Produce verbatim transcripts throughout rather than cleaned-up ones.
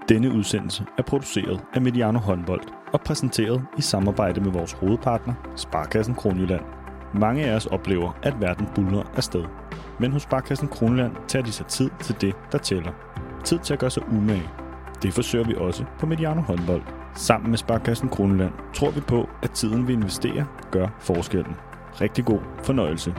Denne udsendelse er produceret af Mediano Håndbold og præsenteret i samarbejde med vores hovedpartner, Sparekassen Kronjylland. Mange af os oplever, at verden buldrer afsted. Men hos Sparekassen Kronjylland tager de sig tid til det, der tæller. Tid til at gøre sig umage. Det forsøger vi også på Mediano Håndbold. Sammen med Sparekassen Kronjylland tror vi på, at tiden vi investerer gør forskellen. Rigtig god fornøjelse.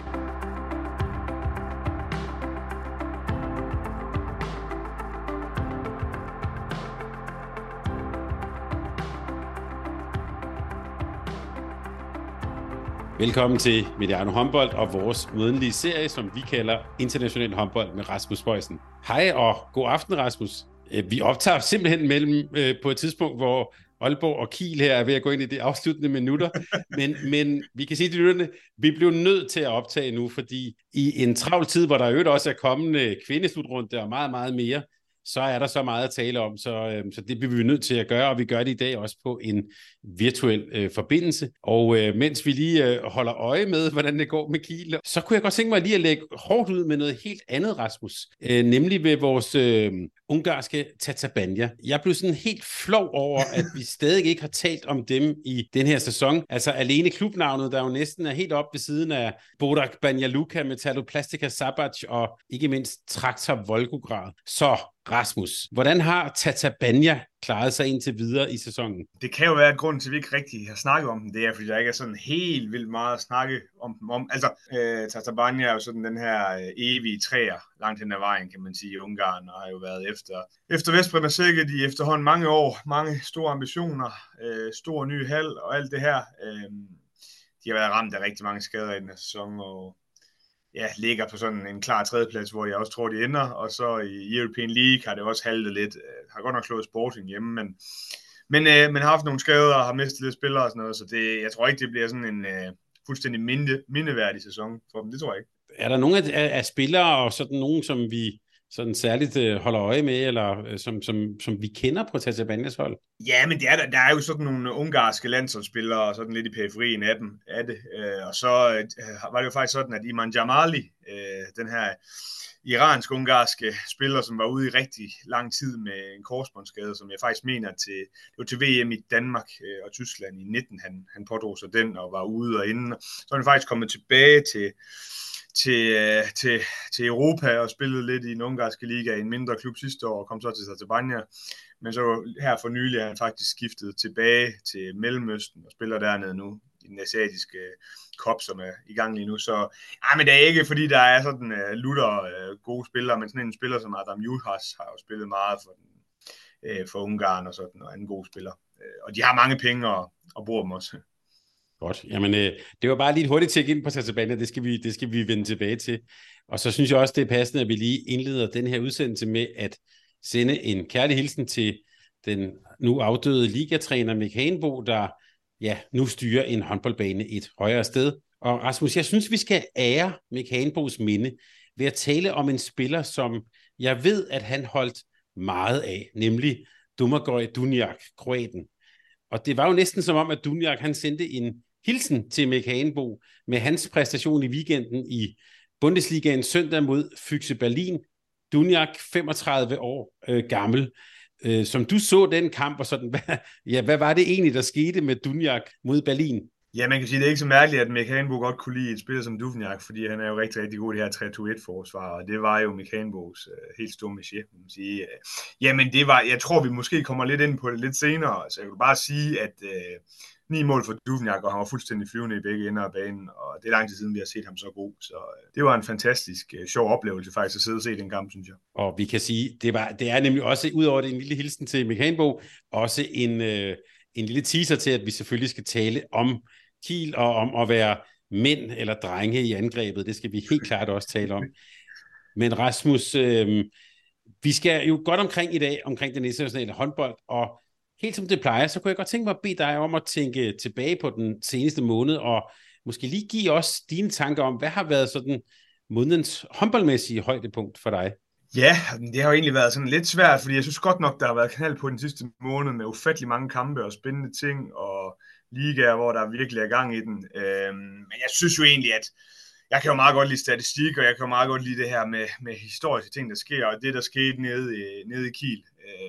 Velkommen til Mediano Håndbold og vores månedlige serie, som vi kalder International Håndbold med Rasmus Boysen. Hej og god aften, Rasmus. Vi optager simpelthen mellem på et tidspunkt, hvor Aalborg og Kiel her er ved at gå ind i de afsluttende minutter, men, men vi kan sige til lytterne, vi blev nødt til at optage nu, fordi i en travl tid, hvor der jo også er kommende kvindeslutrunde og meget, meget mere, så er der så meget at tale om, så, øh, så det bliver vi nødt til at gøre, og vi gør det i dag også på en virtuel øh, forbindelse. Og øh, mens vi lige øh, holder øje med, hvordan det går med Kiel, så kunne jeg godt tænke mig lige at lægge hårdt ud med noget helt andet, Rasmus. Øh, nemlig ved vores øh, ungarske Tatabánya. Jeg blev sådan helt flov over, at vi stadig ikke har talt om dem i den her sæson. Altså alene klubnavnet, der jo næsten er helt op ved siden af Borak Banja Luka, Metalloplastika Sabac og ikke mindst Traktor Volgograd. Så Rasmus, hvordan har Tatabánya klaret sig indtil videre i sæsonen? Det kan jo være, at grunden til, at vi ikke rigtig har snakket om dem, det er, fordi der ikke er sådan helt vildt meget at snakke om dem om. Altså, øh, Tatabánya er jo sådan den her øh, evige træer langt hen ad vejen, kan man sige, i Ungarn, og har jo været efter, efter Veszprém Szeged i efterhånden mange år, mange store ambitioner, øh, stor ny hal og alt det her. Øh, de har været ramt af rigtig mange skader i den her sæson, og ja, ligger på sådan en klar tredjeplads, hvor jeg også tror, de ender. Og så i European League har det også haltet lidt. Har godt nok slået Sporting hjemme, men, men, øh, men har haft nogle skader og har mistet lidt spillere og sådan noget. Så det, jeg tror ikke, det bliver sådan en øh, fuldstændig minde, mindeværdig sæson for dem. Det tror jeg ikke. Er der nogle af, af spillere og sådan nogen, som vi sådan særligt øh, holder øje med, eller øh, som, som, som vi kender på Tatabányas hold? Ja, men det er, der er jo sådan nogle ungarske landsholdsspillere, og sådan lidt i periferien af dem, af det. Øh, og så øh, var det jo faktisk sådan, at Iman Jamali, øh, den her iransk-ungarske spiller, som var ude i rigtig lang tid med en korsbåndsskade, som jeg faktisk mener til, det var til V M i Danmark øh, og Tyskland i nitten, han, han pådrog sig den og var ude og inde. Så er han faktisk kommet tilbage til Til, til, til Europa og spillede lidt i den ungarske liga i en mindre klub sidste år og kom så til Tatabánya. Men så her for nylig er han faktisk skiftet tilbage til Mellemøsten og spiller dernede nu i den asiatiske cup, som er i gang lige nu. Så ja, men det er ikke, fordi der er sådan uh, lutter uh, gode spillere, men sådan en spiller som Adam Juhas har jo spillet meget for, den, uh, for Ungarn og sådan, og anden gode spiller. Uh, og de har mange penge og, og bruger dem også. Godt. Jamen, øh, det var bare lige et hurtigt tjek ind på Tatabánya, det skal vi, det skal vi vende tilbage til. Og så synes jeg også, det er passende, at vi lige indleder den her udsendelse med at sende en kærlig hilsen til den nu afdøde ligatræner Mick Hagenbo, der ja, nu styrer en håndboldbane et højere sted. Og Rasmus, jeg synes, vi skal ære Mick Hagenbos minde ved at tale om en spiller, som jeg ved, at han holdt meget af, nemlig Domagoj Duniak, kroaten. Og det var jo næsten som om, at Duniak han sendte en hilsen til Mick Hagenbo med hans præstation i weekenden i Bundesligaen søndag mod Füchse Berlin. Duniak, femogtredive år øh, gammel. Øh, som du så den kamp, og sådan, hvad, ja, hvad var det egentlig, der skete med Duniak mod Berlin? Ja, man kan sige, det er ikke så mærkeligt, at Mick Hagenbo godt kunne lide et spiller som Duvnjak, fordi han er jo rigtig, rigtig god i det her tre to et forsvar, og det var jo Mick Hagenbos uh, helt store messier, kan man sige. Jamen, det var, jeg tror, vi måske kommer lidt ind på det lidt senere, så jeg vil bare sige, at uh, ni mål for Duvnjak, og han var fuldstændig flyvende i begge ender af banen, og det er lang tid siden, vi har set ham så god, så uh, det var en fantastisk uh, sjov oplevelse faktisk at sidde og se den kamp, synes jeg. Og vi kan sige, det, var, det er nemlig også, udover det en lille hilsen til Mick Hagenbo, også en, uh, en lille teaser til, at vi selvfølgelig skal tale om Kiel og om at være mænd eller drenge i angrebet. Det skal vi helt klart også tale om. Men Rasmus, øh, vi skal jo godt omkring i dag, omkring den internationale håndbold, og helt som det plejer, så kunne jeg godt tænke mig at bede dig om at tænke tilbage på den seneste måned, og måske lige give os dine tanker om, hvad har været sådan månedens håndboldmæssige højdepunkt for dig? Ja, det har jo egentlig været sådan lidt svært, fordi jeg synes godt nok, der har været knald på den sidste måned med ufattelig mange kampe og spændende ting, og ligaer, hvor der virkelig er gang i den. Øhm, men jeg synes jo egentlig, at jeg kan jo meget godt lide statistik, og jeg kan jo meget godt lide det her med, med historiske ting, der sker, og det, der skete nede i, nede i Kiel. Øhm,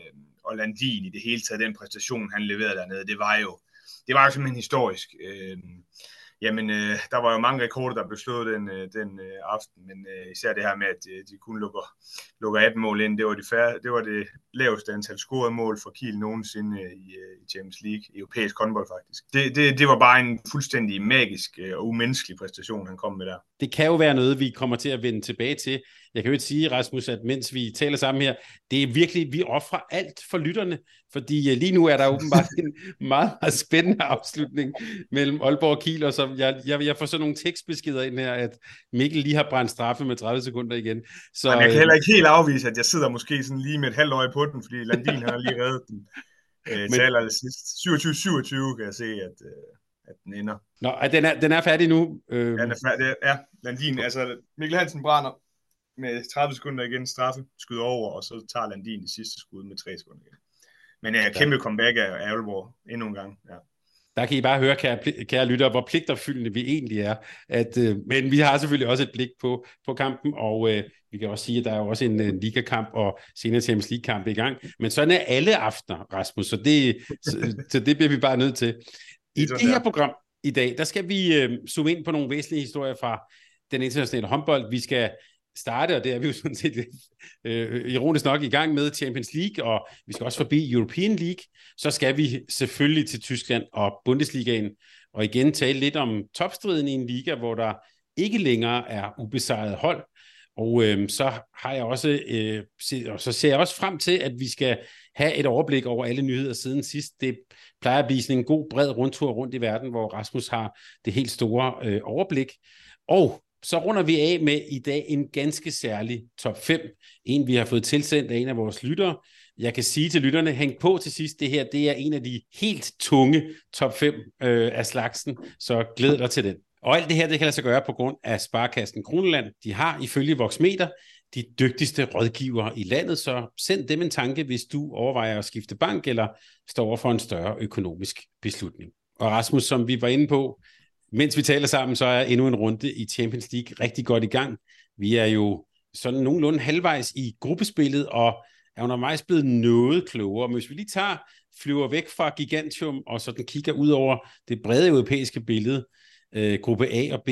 og Landin i det hele taget, den præstation, han leverede dernede, det var jo, det var jo simpelthen historisk. Øh, Jamen, øh, der var jo mange rekorder, der blev slået den, øh, den øh, aften, men øh, især det her med, at øh, de kun lukker, lukker atten mål ind, det var, de færre, det var det laveste antal scorede mål for Kiel nogensinde øh, i, øh, i Champions League, europæisk håndbold faktisk. Det, det, det var bare en fuldstændig magisk øh, og umenneskelig præstation, han kom med der. Det kan jo være noget, vi kommer til at vende tilbage til. Jeg kan jo ikke sige, Rasmus, at mens vi taler sammen her, det er virkelig, vi offrer alt for lytterne, fordi lige nu er der åbenbart en meget, meget spændende afslutning mellem Aalborg og Kiel, og så jeg, jeg, jeg får sådan nogle tekstbeskeder ind her, at Mikkel lige har brændt straffe med tredive sekunder igen. Så, Jamen, jeg kan heller ikke helt afvise, at jeg sidder måske sådan lige med et halvt øje på den, fordi Landin han har lige reddet den øh, til allersidst. syvogtyve syvogtyve kan jeg se, at, øh, at den ender. Nå, den er, den er færdig nu. Øh... Ja, den er færdig. Ja, Landin, altså Mikkel Hansen brænder med tredive sekunder igen straffe, skyder over, og så tager Landin det sidste skud med tre sekunder igen. Men ja, kæmpe comeback af Aalborg endnu en gang, ja. Der kan I bare høre, kære, kære lyttere, hvor pligtopfyldende vi egentlig er. At, øh, men vi har selvfølgelig også et blik på, på kampen, og øh, vi kan også sige, at der er jo også en, en ligakamp og senere Champions League-kamp i gang. Men sådan er alle aftener, Rasmus, så det, så, så det bliver vi bare nødt til. I det, det her program i dag, der skal vi øh, zoome ind på nogle væsentlige historier fra den internationale håndbold. Vi skal starte, og det er vi jo sådan set øh, ironisk nok i gang med Champions League, og vi skal også forbi European League. Så skal vi selvfølgelig til Tyskland og Bundesligaen, og igen tale lidt om topstriden i en liga, hvor der ikke længere er ubesejret hold. Og øh, så har jeg også, øh, se, og så ser jeg også frem til, at vi skal have et overblik over alle nyheder siden sidst. Det plejer at blive sådan en god, bred rundtur rundt i verden, hvor Rasmus har det helt store øh, overblik. Og så runder vi af med i dag en ganske særlig top fem. En, vi har fået tilsendt af en af vores lyttere. Jeg kan sige til lytterne, hæng på til sidst. Det her, det er en af de helt tunge top fem øh, af slagsen, så glæd dig til den. Og alt det her, det kan lade sig gøre på grund af Sparekassen Kroneland. De har ifølge Voxmeter de dygtigste rådgivere i landet, så send dem en tanke, hvis du overvejer at skifte bank eller står over for en større økonomisk beslutning. Og Rasmus, som vi var inde på, mens vi taler sammen, så er endnu en runde i Champions League rigtig godt i gang. Vi er jo sådan nogenlunde halvvejs i gruppespillet, og er undervejs blevet noget klogere. Men hvis vi lige tager, flyver væk fra Gigantium, og sådan kigger ud over det brede europæiske billede, øh, gruppe A og B,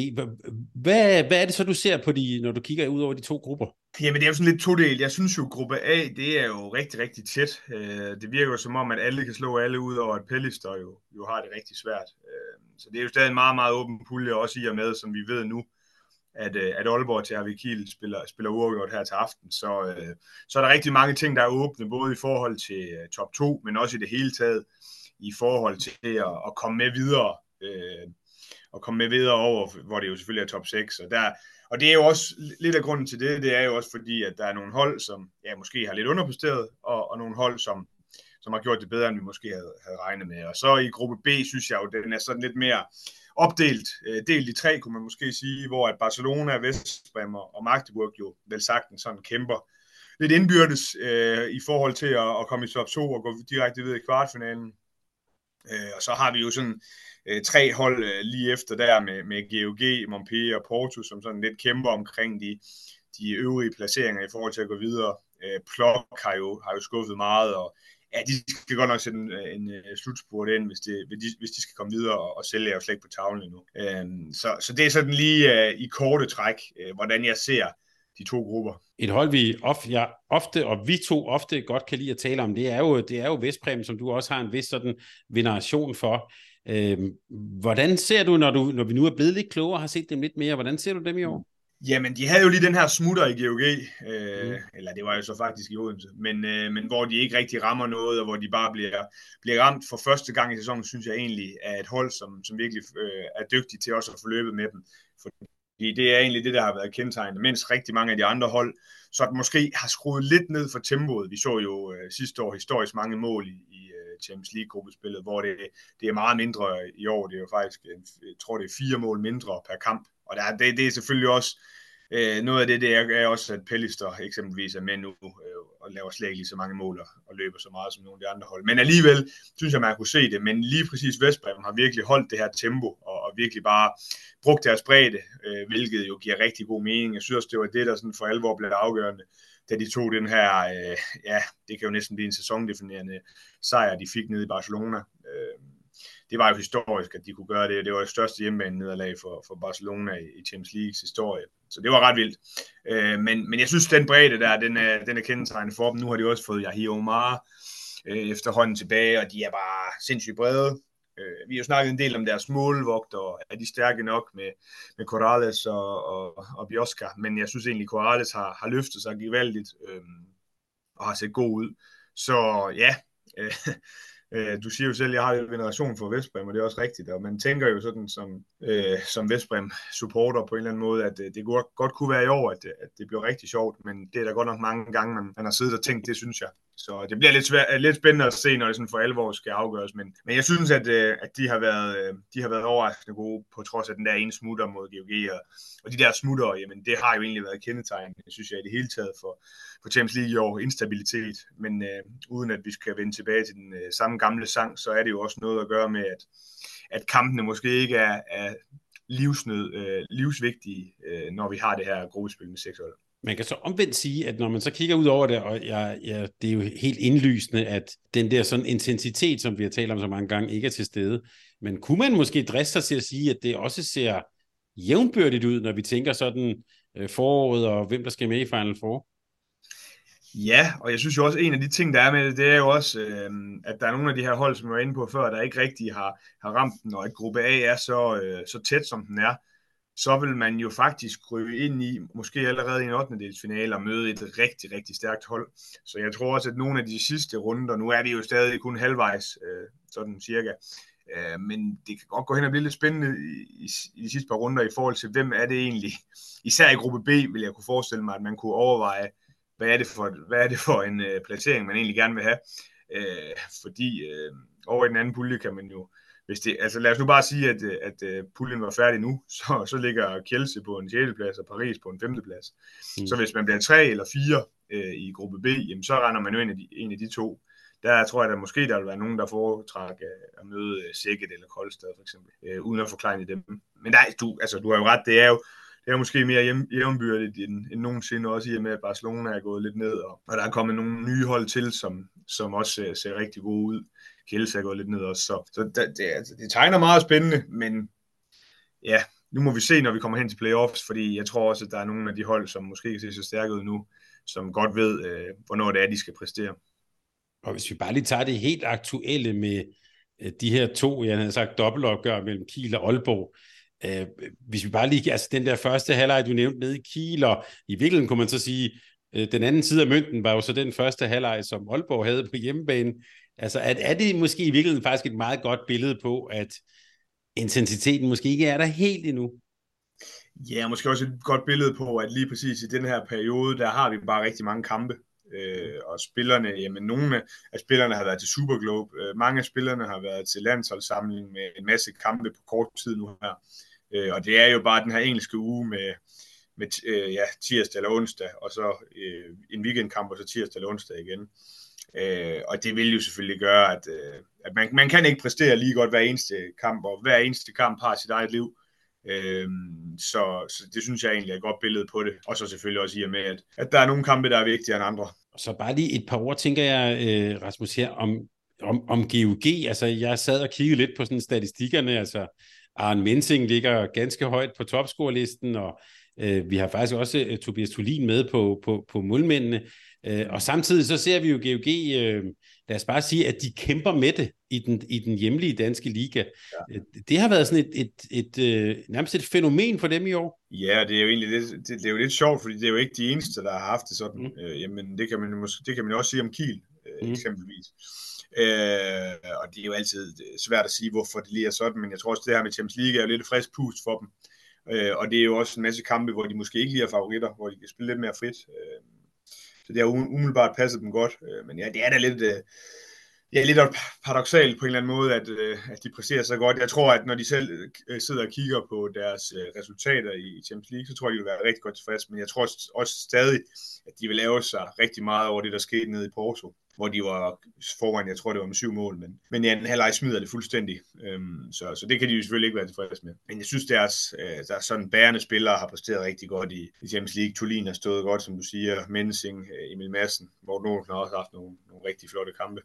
hvad, hvad er det så, du ser på de, når du kigger ud over de to grupper? Jamen, det er jo sådan lidt todelt. Jeg synes jo, gruppe A, det er jo rigtig, rigtig tæt. Det virker jo som om, at alle kan slå alle ud over, at Pellister jo, jo har det rigtig svært. Så det er jo stadig en meget, meget åben pulje, også i og med, som vi ved nu, at, at Aalborg til H V Kiel spiller, spiller uafgjort her til aften. Så, så er der rigtig mange ting, der er åbne, både i forhold til top to, men også i det hele taget i forhold til at, at komme med videre. Og komme med videre over, hvor det jo selvfølgelig er top seks. Og, der, og det er jo også lidt af grunden til det, det er jo også fordi, at der er nogle hold, som ja, måske har lidt underpresteret, og, og nogle hold, som, som har gjort det bedre, end vi måske havde, havde regnet med. Og så i gruppe B, synes jeg jo, den er sådan lidt mere opdelt, delt i tre, kunne man måske sige, hvor at Barcelona, West Brom og Magdeburg jo vel sagtens sådan kæmper lidt indbyrdes øh, i forhold til at, at komme i top to og gå direkte videre i kvartfinalen. Øh, og så har vi jo sådan øh, tre hold øh, lige efter der med, med G O G, Montpellier og Porto, som sådan lidt kæmper omkring de, de øvrige placeringer i forhold til at gå videre. Øh, Plok har jo, har jo skuffet meget, og ja, de skal godt nok sætte en, en, en slutspurt ind, hvis, det, hvis, de, hvis de skal komme videre, og, og sælge er jo slet ikke på tavlen endnu. Øh, så, så det er sådan lige øh, i korte træk, øh, hvordan jeg ser de to grupper. Et hold, vi ofte, ja, ofte, og vi to ofte godt kan lide at tale om, det er jo, det er jo Vestpræm, som du også har en vis sådan veneration for. Øhm, hvordan ser du, når, du, når vi nu er blevet lidt klogere og har set dem lidt mere, hvordan ser du dem i år? Jamen, de havde jo lige den her smutter i G O G, øh, mm. eller det var jo så faktisk i Odense, men, øh, men hvor de ikke rigtig rammer noget, og hvor de bare bliver, bliver ramt for første gang i sæsonen, synes jeg egentlig er et hold, som, som virkelig øh, er dygtige til også at få løbet med dem. Fordi det er egentlig det, der har været kendetegnet, mens rigtig mange af de andre hold, så måske har skruet lidt ned for tempoet. Vi så jo øh, sidste år historisk mange mål i, i uh, Champions League-gruppespillet, hvor det, det er meget mindre i år. Det er jo faktisk, jeg tror det er fire mål mindre per kamp. Og der, det, det er selvfølgelig også øh, noget af det, det er, er også, at Pellister eksempelvis er med nu øh, og laver slet ikke lige så mange mål og løber så meget som nogle af de andre hold. Men alligevel synes jeg, man kunne se det. Men lige præcis Vestbrem har virkelig holdt det her tempo og, og og virkelig bare brugt deres bredde, øh, hvilket jo giver rigtig god mening. Jeg synes også, det var det, der sådan for alvor blev afgørende, da de tog den her, øh, ja, det kan jo næsten blive en sæsondefinerende sejr, de fik nede i Barcelona. Øh, det var jo historisk, at de kunne gøre det. Det var det største hjemmebane-nederlag for, for Barcelona i Champions Leagues historie. Så det var ret vildt. Øh, men, men jeg synes, den bredde der, den er, den er kendetegnende for dem. Nu har de også fået Yahya Omar øh, efterhånden tilbage, og de er bare sindssygt brede. Øh, vi har jo snakket en del om deres målvogter. Er de stærke nok med, med Corrales og, og, og Biosca? Men jeg synes egentlig, Corrales har, har løftet sig gevaldigt øh, og har set god ud. Så ja, øh, du siger jo selv, at jeg har jo veneration for Vestbrem, og det er også rigtigt, og man tænker jo sådan som, øh, som Vestbrem-supporter på en eller anden måde, at det godt, godt kunne være i år, at, at det bliver rigtig sjovt, men det er der godt nok mange gange, man, man har siddet og tænkt, det synes jeg. Så det bliver lidt, svært, lidt spændende at se, når det sådan for alvor skal afgøres, men, men jeg synes, at, at de, har været, de har været overraskende gode, på trods af den der ene smutter mod G O G, og, og de der smutter, jamen det har jo egentlig været kendetegn, synes jeg, i det hele taget for, for Champions League i år, instabilitet, men øh, uden at vi skal vende tilbage til den øh, samme gamle sang, så er det jo også noget at gøre med, at, at kampene måske ikke er, er livsnød, øh, livsvigtige, øh, når vi har det her gruppespil med seks hold. Man kan så omvendt sige, at når man så kigger ud over det, og jeg, jeg, det er jo helt indlysende, at den der sådan intensitet, som vi har talt om så mange gange, ikke er til stede. Men kunne man måske driste sig til at sige, at det også ser jævnbyrdigt ud, når vi tænker sådan øh, foråret, og hvem der skal med i Final Four? Ja, og jeg synes jo også, at en af de ting, der er med det, det er jo også, øh, at der er nogle af de her hold, som jeg var inde på før, der ikke rigtig har, har ramt den, og at gruppe A er så, øh, så tæt, som den er, så vil man jo faktisk ryge ind i, måske allerede i en ottendedelsfinale, og møde et rigtig, rigtig stærkt hold. Så jeg tror også, at nogle af de sidste runder, nu er vi jo stadig kun halvvejs, øh, sådan cirka, øh, men det kan godt gå hen og blive lidt spændende i, i, i de sidste par runder i forhold til, hvem er det egentlig, især i gruppe B, vil jeg kunne forestille mig, at man kunne overveje, hvad er det for, hvad er det for en øh, placering, man egentlig gerne vil have. Øh, fordi øh, over i den anden pulje kan man jo, hvis det, altså lad os nu bare sige, at, at, at puljen var færdig nu, så, så ligger Kielce på en sjette plads og Paris på en femte plads. Mm. Så hvis man bliver tre eller fire øh, i gruppe B, jamen, så regner man jo en af, de, en af de to. Der tror jeg, at måske der vil være nogen, der foretrækker at møde Sækket eller Koldstad for eksempel, øh, uden at forklare dem. Men nej, du, altså, du har jo ret, det er jo det er måske mere jævnbyrdigt end, end nogensinde, også i og med, at Barcelona er gået lidt ned, og, og der er kommet nogle nye hold til, som, som også ser, ser rigtig gode ud. Kielce er gået lidt ned også, så, så det, det, altså, det tegner meget spændende, men ja, nu må vi se, når vi kommer hen til playoffs, fordi jeg tror også, at der er nogle af de hold, som måske ikke ser så stærke ud nu, som godt ved, øh, hvornår det er, de skal præstere. Og hvis vi bare lige tager det helt aktuelle med øh, de her to, jeg havde sagt dobbeltopgør mellem Kiel og Aalborg, øh, hvis vi bare lige, altså den der første halvleg, du nævnte nede i Kiel, og i virkeligheden kunne man så sige, øh, den anden side af mønten var jo så den første halvleg, som Aalborg havde på hjemmebane. Altså er, er det måske i virkeligheden faktisk et meget godt billede på, at intensiteten måske ikke er der helt endnu? Ja, måske også et godt billede på, at lige præcis i den her periode, der har vi bare rigtig mange kampe. Øh, og spillerne, jamen nogle af spillerne har været til Superglobe, øh, mange af spillerne har været til landsholdssamling med en masse kampe på kort tid nu her. Øh, og det er jo bare den her engelske uge med, med øh, ja, tirsdag eller onsdag, og så øh, en weekendkamp, og så tirsdag eller onsdag igen. Øh, og det vil jo selvfølgelig gøre, at, øh, at man, man kan ikke præstere lige godt hver eneste kamp, og hver eneste kamp har sit eget liv. Øhm, så, så det synes jeg egentlig er et godt billede på det. Og så selvfølgelig også i og med, at, at der er nogle kampe, der er vigtigere end andre. Så bare lige et par ord, tænker jeg, øh, Rasmus, her om, om, om G O G. Altså, jeg sad og kiggede lidt på sådan statistikkerne. Altså, Arne Mensing ligger ganske højt på topscorelisten, og øh, vi har faktisk også uh, Tobias Thulin med på, på, på målmændene. Øh, og samtidig så ser vi jo G O G, øh, lad os bare sige, at de kæmper med det i den, i den hjemlige danske liga. Ja. Det har været sådan et, et, et, et, nærmest et fænomen for dem i år. Ja, det er jo egentlig lidt, det, det er jo lidt sjovt, fordi det er jo ikke de eneste, der har haft det sådan. Mm. Øh, jamen, det kan man jo det kan man også sige om Kiel, øh, mm. eksempelvis. Øh, og det er jo altid svært at sige, hvorfor det lige er sådan, men jeg tror også, det her med Champions League er jo lidt et frisk pust for dem. Øh, og det er jo også en masse kampe, hvor de måske ikke lige er favoritter, hvor de kan spille lidt mere frit. Øh, så det har umiddelbart passet dem godt. Øh, men ja, det er da lidt... Øh, Ja, lidt paradoksalt på en eller anden måde, at, at de præsterer så godt. Jeg tror, at når de selv sidder og kigger på deres resultater i Champions League, så tror jeg, de vil være rigtig godt tilfreds. Men jeg tror også stadig, at de vil lave sig rigtig meget over det, der skete nede i Porto, hvor de var foran, jeg tror, det var med syv mål. Men, men i anden halvleg smider det fuldstændig. Øhm, så, så det kan de jo selvfølgelig ikke være tilfreds med. Men jeg synes, deres, der er sådan bærende spillere har præsteret rigtig godt i, i Champions League. Tulin har stået godt, som du siger. Mensing, Emil Madsen, hvor nogen har også haft nogle, nogle rigtig flotte kampe.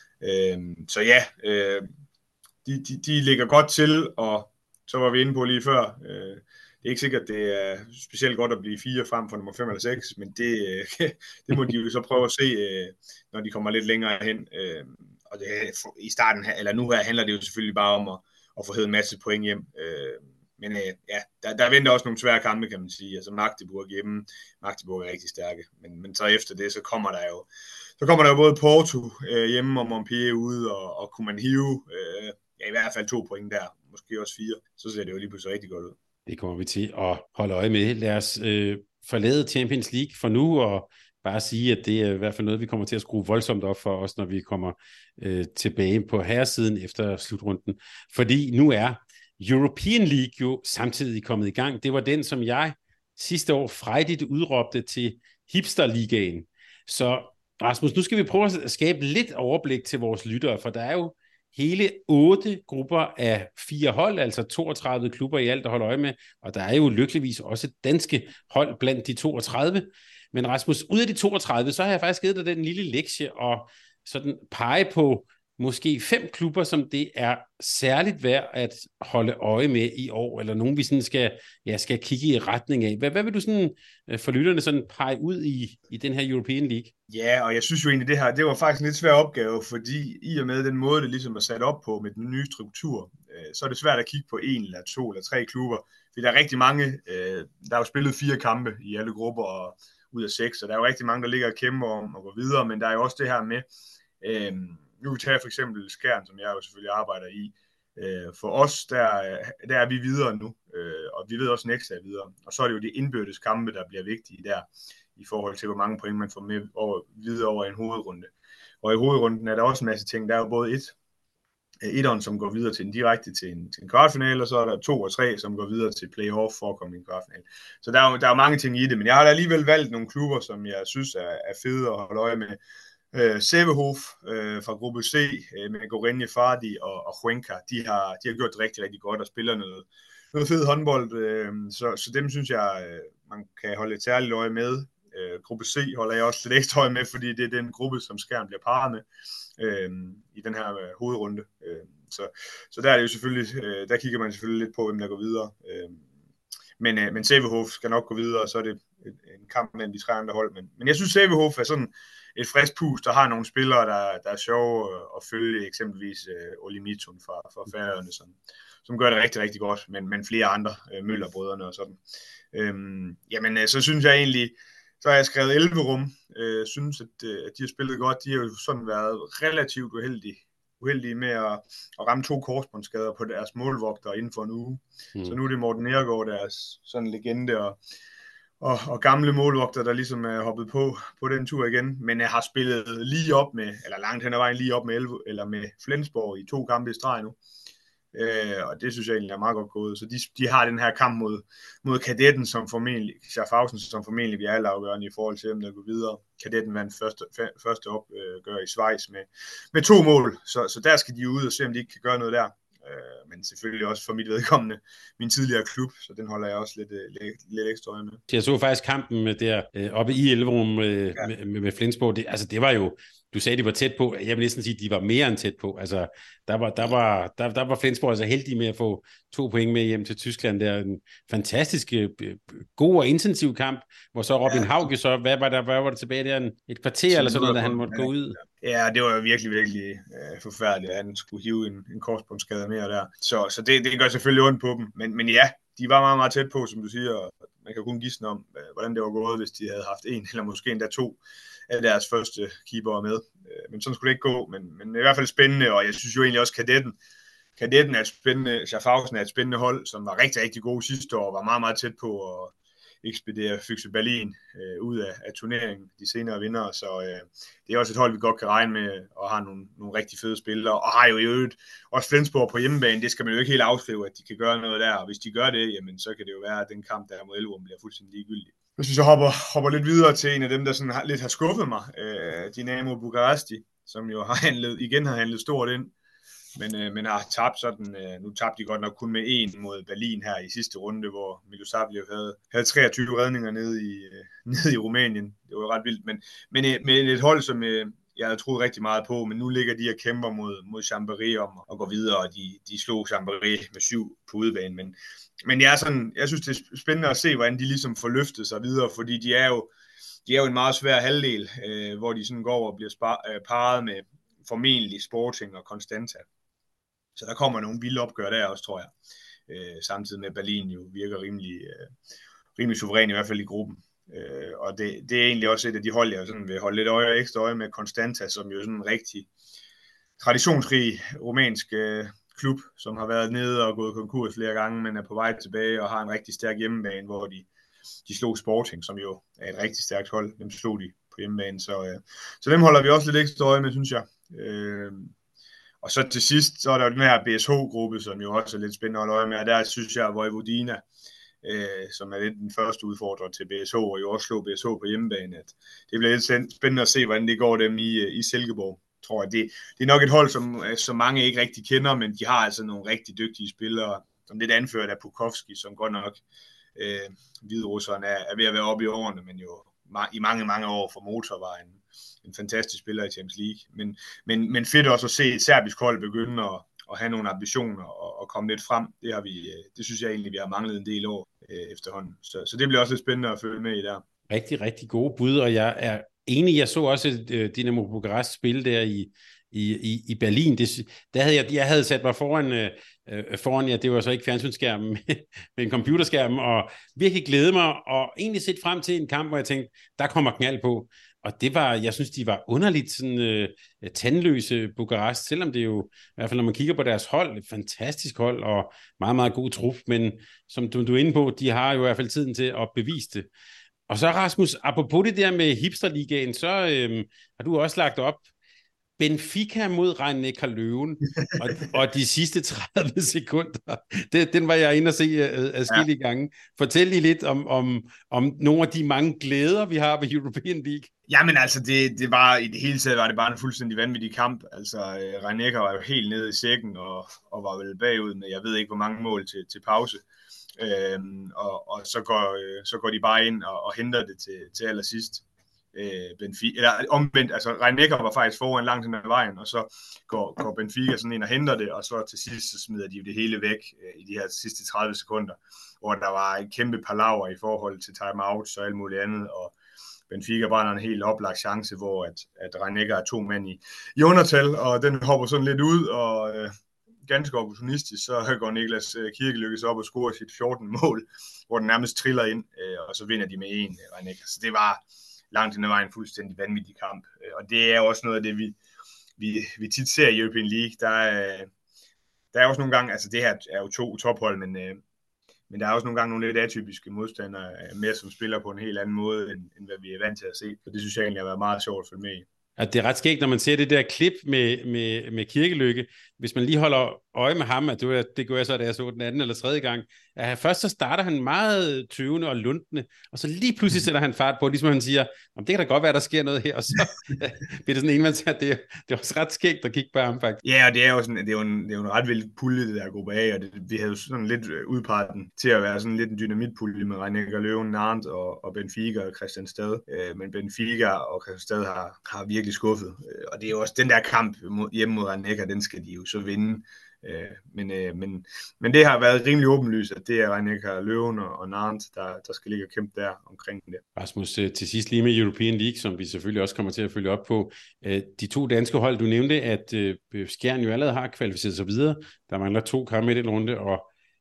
Øhm, så ja, øh, de, de, de ligger godt til, og så var vi inde på lige før, øh, det er ikke sikkert, det er specielt godt at blive fire frem for nummer fem eller seks, men det, øh, det må de jo så prøve at se, øh, når de kommer lidt længere hen. Øh, og det, i starten, eller nu her, handler det jo selvfølgelig bare om at, at få hævet en masse point hjem. Øh, men øh, ja, der, der venter også nogle svære kampe, kan man sige. Altså Magdeburg hjemme, Magdeburg er rigtig stærke, men, men så efter det, så kommer der jo Så kommer der jo både Porto øh, hjemme og Montpellier ude, og, og kunne man hive øh, ja, i hvert fald to point der, måske også fire, så ser det jo lige pludselig rigtig godt ud. Det kommer vi til at holde øje med. Lad os øh, forlade Champions League for nu, og bare sige, at det er i hvert fald noget, vi kommer til at skrue voldsomt op for os, når vi kommer øh, tilbage på herresiden efter slutrunden. Fordi nu er European League jo samtidig kommet i gang. Det var den, som jeg sidste år frejdigt udråbte til hipsterligaen. Så Rasmus, nu skal vi prøve at skabe lidt overblik til vores lyttere, for der er jo hele otte grupper af fire hold, altså toogtredive klubber i alt at holde øje med, og der er jo lykkeligvis også danske hold blandt de toogtredive. Men Rasmus, ud af de toogtredive, så har jeg faktisk givet dig den lille lektie og sådan pege på måske fem klubber, som det er særligt værd at holde øje med i år, eller nogen vi sådan skal, ja, skal kigge i retning af. Hvad, hvad vil du sådan for lytterne sådan pege ud i, i den her European League? Ja, og jeg synes jo egentlig, det her, det var faktisk en lidt svær opgave, fordi i og med den måde, det ligesom er sat op på med den nye struktur, øh, så er det svært at kigge på en eller to eller tre klubber, fordi der er rigtig mange, øh, der er jo spillet fire kampe i alle grupper og ud af seks, og der er jo rigtig mange, der ligger og kæmper om at gå videre, men der er jo også det her med, øh, nu vil tage for eksempel Skjern, som jeg jo selvfølgelig arbejder i. For os, der, der er vi videre nu, og vi ved også, at Nexa er videre. Og så er det jo de indbyrdes kampe, der bliver vigtige der, i forhold til, hvor mange point man får med over, videre over en hovedrunde. Og i hovedrunden er der også en masse ting. Der er jo både et, etteren, som går videre til en direkte til en, til en kvartfinale, og så er der to og tre, som går videre til playoff for at komme i en kvartfinale. Så der er jo der er mange ting i det, men jeg har da alligevel valgt nogle klubber, som jeg synes er, er fede at holde øje med. Uh, Sävehof uh, fra gruppe C uh, med Gorenje Fardi og, og Cuenca, de har, de har gjort det rigtig, rigtig godt og spiller noget, noget fed håndbold, uh, så, så dem synes jeg, uh, man kan holde et særligt øje med. Uh, gruppe C holder jeg også lidt ekstra øje med, fordi det er den gruppe, som Skjern bliver parret med uh, i den her uh, hovedrunde. Uh, så, så der er det jo selvfølgelig, uh, der kigger man selvfølgelig lidt på, hvem der går videre. Uh, men, uh, men Sävehof skal nok gå videre, og så er det en kamp mellem de tre andre hold. Men, men jeg synes, Sävehof er sådan et frisk pust, der har nogle spillere, der, der er sjove at følge, eksempelvis uh, Oli Mitun fra, fra Færøerne, som, som gør det rigtig, rigtig godt, men, men flere andre, uh, Møllerbrødrene og sådan. Øhm, jamen, uh, så synes jeg egentlig, så har jeg skrevet Elverum, uh, synes, at, uh, at de har spillet godt. De har jo sådan været relativt uheldige, uheldige med at, at ramme to korsbåndsskader på deres målvogter inden for en uge. Mm. Så nu er det Morten Nergård, deres sådan legende, og Og, og gamle målvogter, der ligesom er hoppet på, på den tur igen, men jeg har spillet lige op med, eller langt hen ad vejen lige op med, Elve, eller med Flensborg i to kampe i streg nu. Øh, og det synes jeg egentlig er meget godt gået. Så de, de har den her kamp mod, mod Kadetten, som formentlig, Schaffhausen, som formentlig bliver altafgørende i forhold til dem, der går videre. Kadetten vandt første, første opgør i Schweiz med, med to mål, så, så der skal de ud og se, om de ikke kan gøre noget der. Øh, men selvfølgelig også for mit vedkommende min tidligere klub, så den holder jeg også lidt, lidt, lidt ekstra øje med. Jeg så faktisk kampen der øh, oppe i Elverum øh, ja. med, med, med Flensborg. Det, altså det var jo, du sagde, de var tæt på. Jeg vil næsten sige, de var mere end tæt på. Altså der var, der var, der, der var Flensborg altså heldige med at få to point med hjem til Tyskland. Det er en fantastisk god og intensiv kamp, hvor så Robin ja. Hauge så, hvad var der, hvad var der tilbage der? En, et kvarter så eller sådan noget, da han måtte ja. gå ud? Ja, det var jo virkelig, virkelig øh, forfærdeligt, at han skulle hive en, en korsbåndsskade mere der. Så, så det, det gør selvfølgelig ondt på dem. Men, men ja, de var meget, meget tæt på, som du siger. Man kan kun gisne om, øh, hvordan det var gået, hvis de havde haft en eller måske endda to af deres første keepere med. Øh, men sådan skulle det ikke gå. Men, men i hvert fald spændende, og jeg synes jo egentlig også, Kadetten, Kadetten er et spændende, Schaffhausen er et spændende hold, som var rigtig, rigtig gode sidste år, og var meget, meget tæt på at ekspedere Füchse Berlin øh, ud af, af turneringen, de senere vinder, så øh, det er også et hold, vi godt kan regne med, og har nogle, nogle rigtig fede spillere, og har jo i øvrigt også Flensborg på hjemmebane. Det skal man jo ikke helt afskrive, at de kan gøre noget der, og hvis de gør det, jamen, så kan det jo være, at den kamp, der er mod Elverum, bliver fuldstændig ligegyldig. Hvis vi så hopper, hopper lidt videre til en af dem, der sådan har, lidt har skuffet mig, øh, Dinamo Bukaresti, som jo har handlet, igen har handlet stort ind, men, øh, men har tabt sådan, øh, nu tabte de godt nok kun med en mod Berlin her i sidste runde, hvor Milosavljev havde, havde treogtyve redninger nede i, øh, nede i Rumænien. Det var jo ret vildt, men, men, øh, men et hold, som øh, jeg havde troet rigtig meget på, men nu ligger de og kæmper mod, mod Chambéry om at gå videre, og de, de slog Chambéry med syv på udebane, men, men jeg, er sådan, jeg synes, det er spændende at se, hvordan de ligesom får løftet sig videre, fordi de er jo, de er jo en meget svær halvdel, øh, hvor de sådan går over og bliver spar, øh, parret med formentlig Sporting og Constanta. Så der kommer nogle vilde opgør der også, tror jeg. Øh, samtidig med Berlin jo virker rimelig, øh, rimelig suveræn, i hvert fald i gruppen. Øh, og det, det er egentlig også et af de hold, jeg sådan vil holde lidt øje, ekstra øje med Constanta, som jo er sådan en rigtig traditionsrig rumænsk øh, klub, som har været nede og gået konkurs flere gange, men er på vej tilbage og har en rigtig stærk hjemmebane, hvor de, de slog Sporting, som jo er et rigtig stærkt hold. Dem slog de på hjemmebane, så, øh, så dem holder vi også lidt ekstra øje med, synes jeg. Øh, Og så til sidst, så er der jo den her B S H-gruppe, som jo også er lidt spændende at holde øje med, og der synes jeg, at Vojvodina, øh, som er lidt den første udfordrer til B S H, og jo også slå B S H på hjemmebane, at det bliver lidt spændende at se, hvordan det går dem i, i Silkeborg, tror jeg. Det, det er nok et hold, som, som mange ikke rigtig kender, men de har altså nogle rigtig dygtige spillere, som lidt anført af Pukovski, som godt nok øh, hviderusserne er, er ved at være oppe i årene, men jo i mange, mange år for Motor var en, en fantastisk spiller i Champions League. Men, men, men fedt også at se et serbisk hold begynde at, at have nogle ambitioner og, og komme lidt frem. Det, har vi, det synes jeg egentlig, vi har manglet en del år øh, efterhånden. Så, så det bliver også lidt spændende at følge med i der. Rigtig, rigtig gode bud, og jeg er enig. Jeg så også uh, Dinamo Bukarest spille der i, i, i, i Berlin. Det, der havde jeg, jeg havde sat mig foran, uh, foran ja, det var så ikke fjernsynsskærmen, men en computerskærm, og virkelig glæde mig, og egentlig set frem til en kamp, hvor jeg tænkte, der kommer knald på. Og det var, jeg synes, de var underligt sådan øh, tandløse Bukarest, selvom det jo, i hvert fald når man kigger på deres hold, et fantastisk hold og meget, meget god trup, men som du, du er inde på, de har jo i hvert fald tiden til at bevise det. Og så Rasmus, apropos det der med hipsterligaen, så øh, har du også lagt op Benfica mod Rhein-Neckar Löwen, og, og de sidste tredive sekunder, det, den var jeg inde og se adskillige ja. gange. Fortæl lige lidt om, om, om nogle af de mange glæder, vi har ved European League. Jamen altså, det, det var, i det hele taget var det bare en fuldstændig vanvittig kamp. Altså, Rhein-Neckar var jo helt nede i sækken, og, og var vel bagud med, jeg ved ikke, hvor mange mål til, til pause. Øhm, og og så, går, så går de bare ind og, og henter det til, til allersidst. Benfica, eller omvendt, altså Rhein-Neckar var faktisk foran langt hen ad vejen, og så går, går Benfica sådan ind og henter det, og så til sidst så smider de det hele væk øh, i de her sidste tredive sekunder, hvor der var en kæmpe palaver i forhold til timeouts og alt muligt andet, og Benfica brænder en helt oplagt chance, hvor at, at Rhein-Neckar er to mænd i, i undertal, og den hopper sådan lidt ud, og øh, ganske opportunistisk, så går Niklas Kirkelykke så op og scorer sit fjortende mål, hvor den nærmest triller ind, øh, og så vinder de med en, Rhein-Neckar. Så det var langt hen ad vejen en fuldstændig vanvittig kamp. Og det er også noget af det, vi, vi, vi tit ser i European League. Der er, der er også nogle gange, altså det her er jo to tophold, men, men der er også nogle gange nogle lidt atypiske modstandere med, som spiller på en helt anden måde, end, end hvad vi er vant til at se. Så det synes jeg egentlig har været meget sjovt at følge med i. At det er ret skægt, når man ser det der klip med, med, med Kirkelykke. Hvis man lige holder øje med ham, at det, var, det gjorde jeg så, da jeg så den anden eller tredje gang, at først så starter han meget tøvende og lundende, og så lige pludselig sætter han fart på, ligesom han siger, det kan da godt være, der sker noget her, og så bliver det sådan en, man siger, det, det er også ret skægt at kigge på ham faktisk. Ja, og det er jo, sådan, det er jo, en, det er jo en ret vild pulje, det der gruppe A, og det, vi havde jo sådan lidt udpeget den til at være sådan lidt en dynamitpulje med Rhein-Neckar Löwen, Nantes og, og Benfica og Kristianstad. Øh, men Benfica og Kristianstad har, har virkelig skuffet, og det er jo også den der kamp mod, hjemme mod Rhein-Neckar, den skal de jo så vinde. Øh, men, øh, men, men det har været rimelig åbenlyst, at det er Rhein-Neckar Löwen og, og Nantes, der, der skal ligge og kæmpe der omkring det. Rasmus, til sidst lige med European League, som vi selvfølgelig også kommer til at følge op på. De to danske hold, du nævnte, at Skjern jo allerede har kvalificeret sig videre. Der mangler to kampe i den runde, og,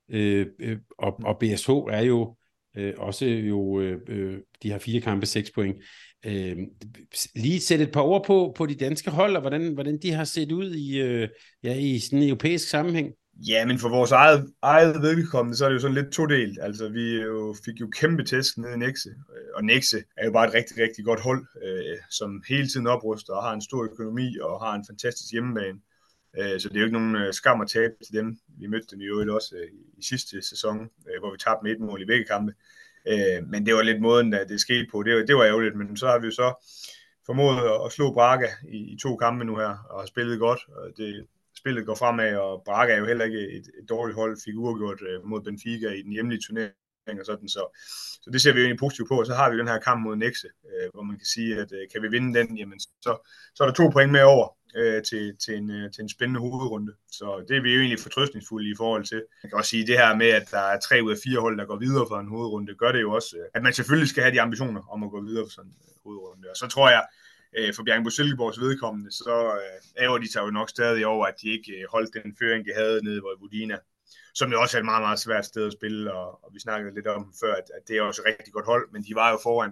og, og B S H er jo også jo, de har fire kampe, seks point. Øh, lige sætte et par ord på, på de danske hold, og hvordan, hvordan de har set ud i, øh, ja, i sådan en europæisk sammenhæng. Ja, men for vores eget, eget vedkommende, så er det jo sådan lidt todelt. Altså, vi jo, fik jo kæmpe tæsk nede i Nexe, og Nexe er jo bare et rigtig, rigtig godt hold, øh, som hele tiden opruster og har en stor økonomi og har en fantastisk hjemmebane. Øh, så det er jo ikke nogen øh, skam at tabe til dem. Vi mødte dem jo også øh, i sidste sæson, øh, hvor vi tabte med et mål i begge kampe. Øh, men det var lidt måden, der det skete på. Det var, det var ærgerligt, men så har vi jo så formået at slå Braga i, i to kampe nu her, og har spillet godt. Og det, spillet går fremad, og Braga er jo heller ikke et, et dårligt hold, fik uafgjort øh, mod Benfica i den hjemlige turnering og sådan, så, så det ser vi jo egentlig positivt på, og så har vi den her kamp mod Nexe, øh, hvor man kan sige, at øh, kan vi vinde den, jamen så, så er der to point med over øh, til, til, en, øh, til en spændende hovedrunde, så det er vi jo egentlig fortrøstningsfulde i forhold til. Jeg kan også sige, det her med, at der er tre ud af fire hold, der går videre for en hovedrunde, gør det jo også, øh, at man selvfølgelig skal have de ambitioner om at gå videre for sådan en øh, hovedrunde, og så tror jeg, for Bjerringbro-Silkeborgs vedkommende, så ærger de sig jo nok stadig over, at de ikke holdt den føring, de havde nede i Vojvodina, som jo også er et meget, meget svært sted at spille, og, og vi snakkede lidt om før, at, at det er også et rigtig godt hold, men de var jo foran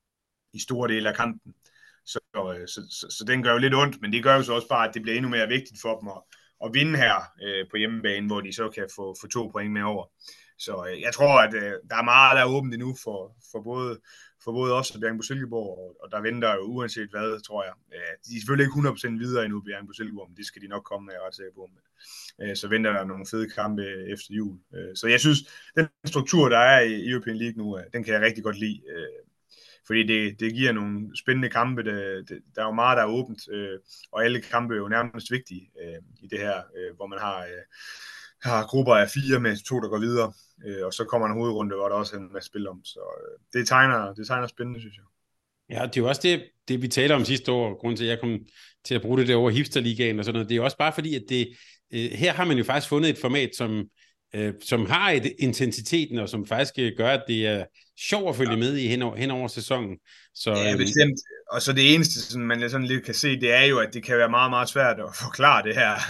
i store dele af kampen, så, så, så, så den gør jo lidt ondt, men det gør jo så også bare, at det bliver endnu mere vigtigt for dem at, at vinde her øh, på hjemmebane, hvor de så kan få, få to point med over. Så øh, jeg tror, at øh, der er meget, der er åbent endnu for, for både for både os og Bjerringbro-Silkeborg, og, og der venter jo uanset hvad, tror jeg. De er selvfølgelig ikke hundrede procent videre endnu, Bjerringbro-Silkeborg, men det skal de nok komme med, ret sikker på. Så venter der nogle fede kampe efter jul. Så jeg synes, den struktur, der er i European League nu, den kan jeg rigtig godt lide. Fordi det, det giver nogle spændende kampe. Det, det, der er jo meget, der er åbent, og alle kampe er jo nærmest vigtige i det her, hvor man har... har grupper af fire med to, der går videre, øh, og så kommer en hovedrunde, hvor der også er en masse spil om, så øh, det, tegner, det tegner spændende, synes jeg. Ja, det er jo også det, det vi taler om sidste år, grund til, at jeg kom til at bruge det der over Hipsterligaen og sådan noget, det er jo også bare fordi, at det, øh, her har man jo faktisk fundet et format, som, øh, som har et intensiteten, og som faktisk gør, at det er sjovt at følge ja. med i hen over, hen over sæsonen. Så, ja, bestemt. Og så det eneste, som man sådan lidt kan se, det er jo, at det kan være meget, meget svært at forklare det her.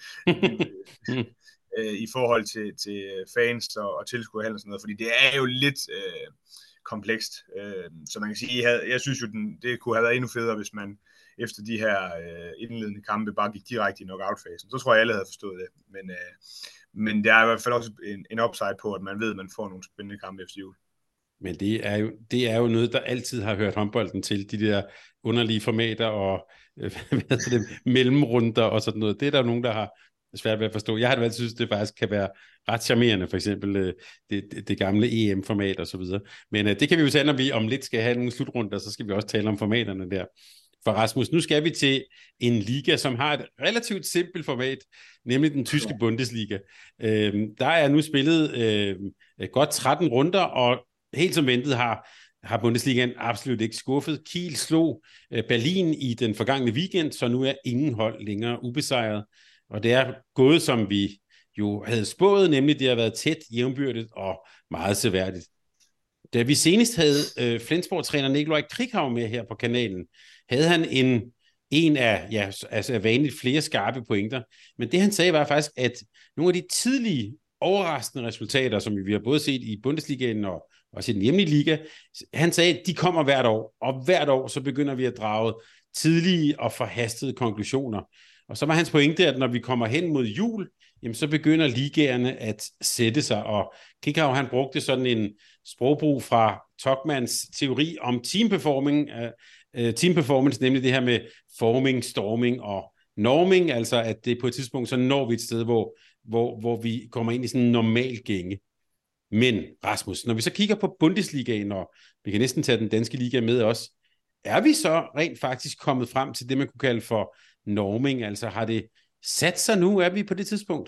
i forhold til, til fans og, og tilskuere og sådan noget, fordi det er jo lidt øh, komplekst. Øh, så man kan sige, jeg, jeg synes jo, den, det kunne have været endnu federe, hvis man efter de her øh, indledende kampe bare gik direkte i knockout-fasen. Så tror jeg, alle havde forstået det. Men, øh, men der er i hvert fald også en, en upside på, at man ved, at man får nogle spændende kampe efter jul. Men det er, jo, det er jo noget, der altid har hørt håndbolden til, de der underlige formater og øh, hvad er det, mellemrunder og sådan noget. Det er der jo nogen, der har svært ved at forstå. Jeg har altid synes, det faktisk kan være ret charmerende, for eksempel øh, det, det, det gamle E M-format og så videre. Men øh, det kan vi jo tage, når vi om lidt skal have nogle slutrunder, så skal vi også tale om formaterne der. For Rasmus, nu skal vi til en liga, som har et relativt simpelt format, nemlig den tyske Bundesliga. Øh, der er nu spillet øh, godt tretten runder, og helt som ventet har, har Bundesligaen absolut ikke skuffet. Kiel slog øh, Berlin i den forgangne weekend, så nu er ingen hold længere ubesejret. Og det er gået, som vi jo havde spået, nemlig det har været tæt, jævnbyrdigt og meget seværdigt. Da vi senest havde øh, Flensborg-træner Nikolaj Krikau med her på kanalen, havde han en, en af, ja, altså vanligt flere skarpe pointer. Men det han sagde var faktisk, at nogle af de tidlige overraskende resultater, som vi har både set i Bundesligaen og også i den hjemlige liga, han sagde, at de kommer hvert år, og hvert år så begynder vi at drage tidlige og forhastede konklusioner. Og så var hans pointe, at når vi kommer hen mod jul, jamen så begynder ligaerne at sætte sig, og Krikau, han brugte sådan en sprogbrug fra Tokmans teori om team performing, uh, team performance, nemlig det her med forming, storming og norming, altså at det på et tidspunkt, så når vi et sted, hvor, hvor, hvor vi kommer ind i sådan en normal gænge. Men Rasmus, når vi så kigger på Bundesligaen, og vi kan næsten tage den danske liga med os, er vi så rent faktisk kommet frem til det, man kunne kalde for norming? Altså har det sat sig nu? Er vi på det tidspunkt?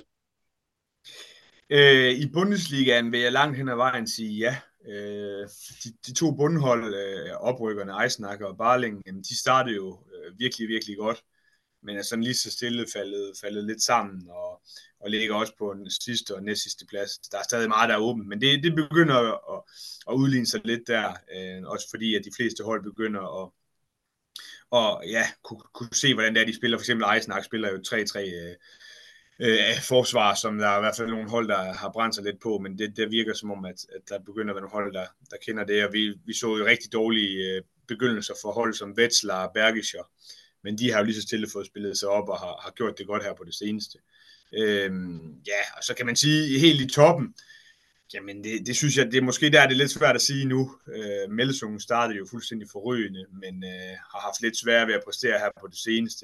Øh, I Bundesligaen vil jeg langt hen ad vejen sige ja. Øh, de, de to bundhold, øh, oprykkerne, Eisenach og Barling, jamen, de startede jo øh, virkelig, virkelig godt. Men er sådan lige så stille faldet, faldet lidt sammen, og, og ligger også på den sidste og næst sidste plads. Der er stadig meget, der er åbent, men det, det begynder at, at udligne sig lidt der, øh, også fordi at de fleste hold begynder at og ja, kunne, kunne se, hvordan det er, de spiller. For eksempel Eisenach spiller jo tre tre øh, øh, forsvar, som der er i hvert fald nogle hold, der har brændt sig lidt på, men det, det virker som om, at, at der begynder at være nogle hold, der, der kender det, og vi, vi så jo rigtig dårlige øh, begyndelser for hold som Wetzlar og Bergischer, men de har jo lige så stille fået spillet sig op og har, har gjort det godt her på det seneste. Øhm, ja, og så kan man sige, helt i toppen, jamen det, det synes jeg, det er måske der, det er lidt svært at sige nu. Øh, Melsungen startede jo fuldstændig forrygende, men øh, har haft lidt svært ved at præstere her på det seneste.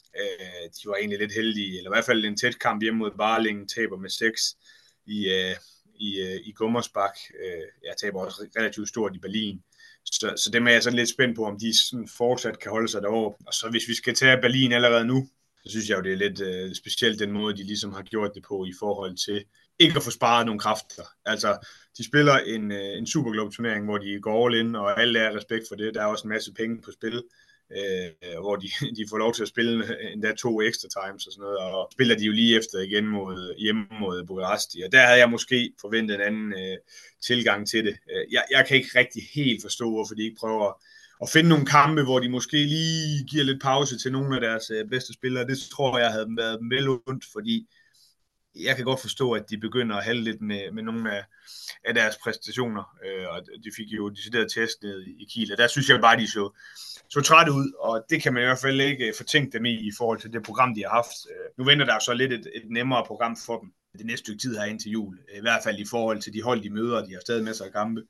Øh, de var egentlig lidt heldige, eller i hvert fald en tæt kamp hjemme mod Barlingen, taber med seks i, øh, i, øh, i Gummersbak. Øh, jeg taber også relativt stort i Berlin. Så, så dem er jeg sådan lidt spændt på, om de sådan fortsat kan holde sig deroppe. Og så hvis vi skal tage Berlin allerede nu, så synes jeg jo, det er lidt øh, specielt den måde, de ligesom har gjort det på i forhold til ikke at få sparet nogle kræfter. Altså, de spiller en, øh, en Superglobe-turnering, hvor de går all in, og alle er respekt for det. Der er også en masse penge på spil, øh, hvor de, de får lov til at spille endda to extra times og sådan noget, og spiller de jo lige efter igen mod, hjemme mod Bukaresti. Og der havde jeg måske forventet en anden øh, tilgang til det. Jeg, jeg kan ikke rigtig helt forstå, hvorfor de ikke prøver at finde nogle kampe, hvor de måske lige giver lidt pause til nogle af deres øh, bedste spillere. Det tror jeg havde været vel ondt, fordi jeg kan godt forstå, at de begynder at halde lidt med, med nogle af, af deres præstationer, øh, og de fik jo decideret test ned i Kiel, og der synes jeg bare, de så, så trætte ud, og det kan man i hvert fald ikke fortænke dem i, i forhold til det program, de har haft. Nu venter der så lidt et, et nemmere program for dem, det næste stykke tid her ind til jul, i hvert fald i forhold til de hold, de møder, de har stadig masser af kampe.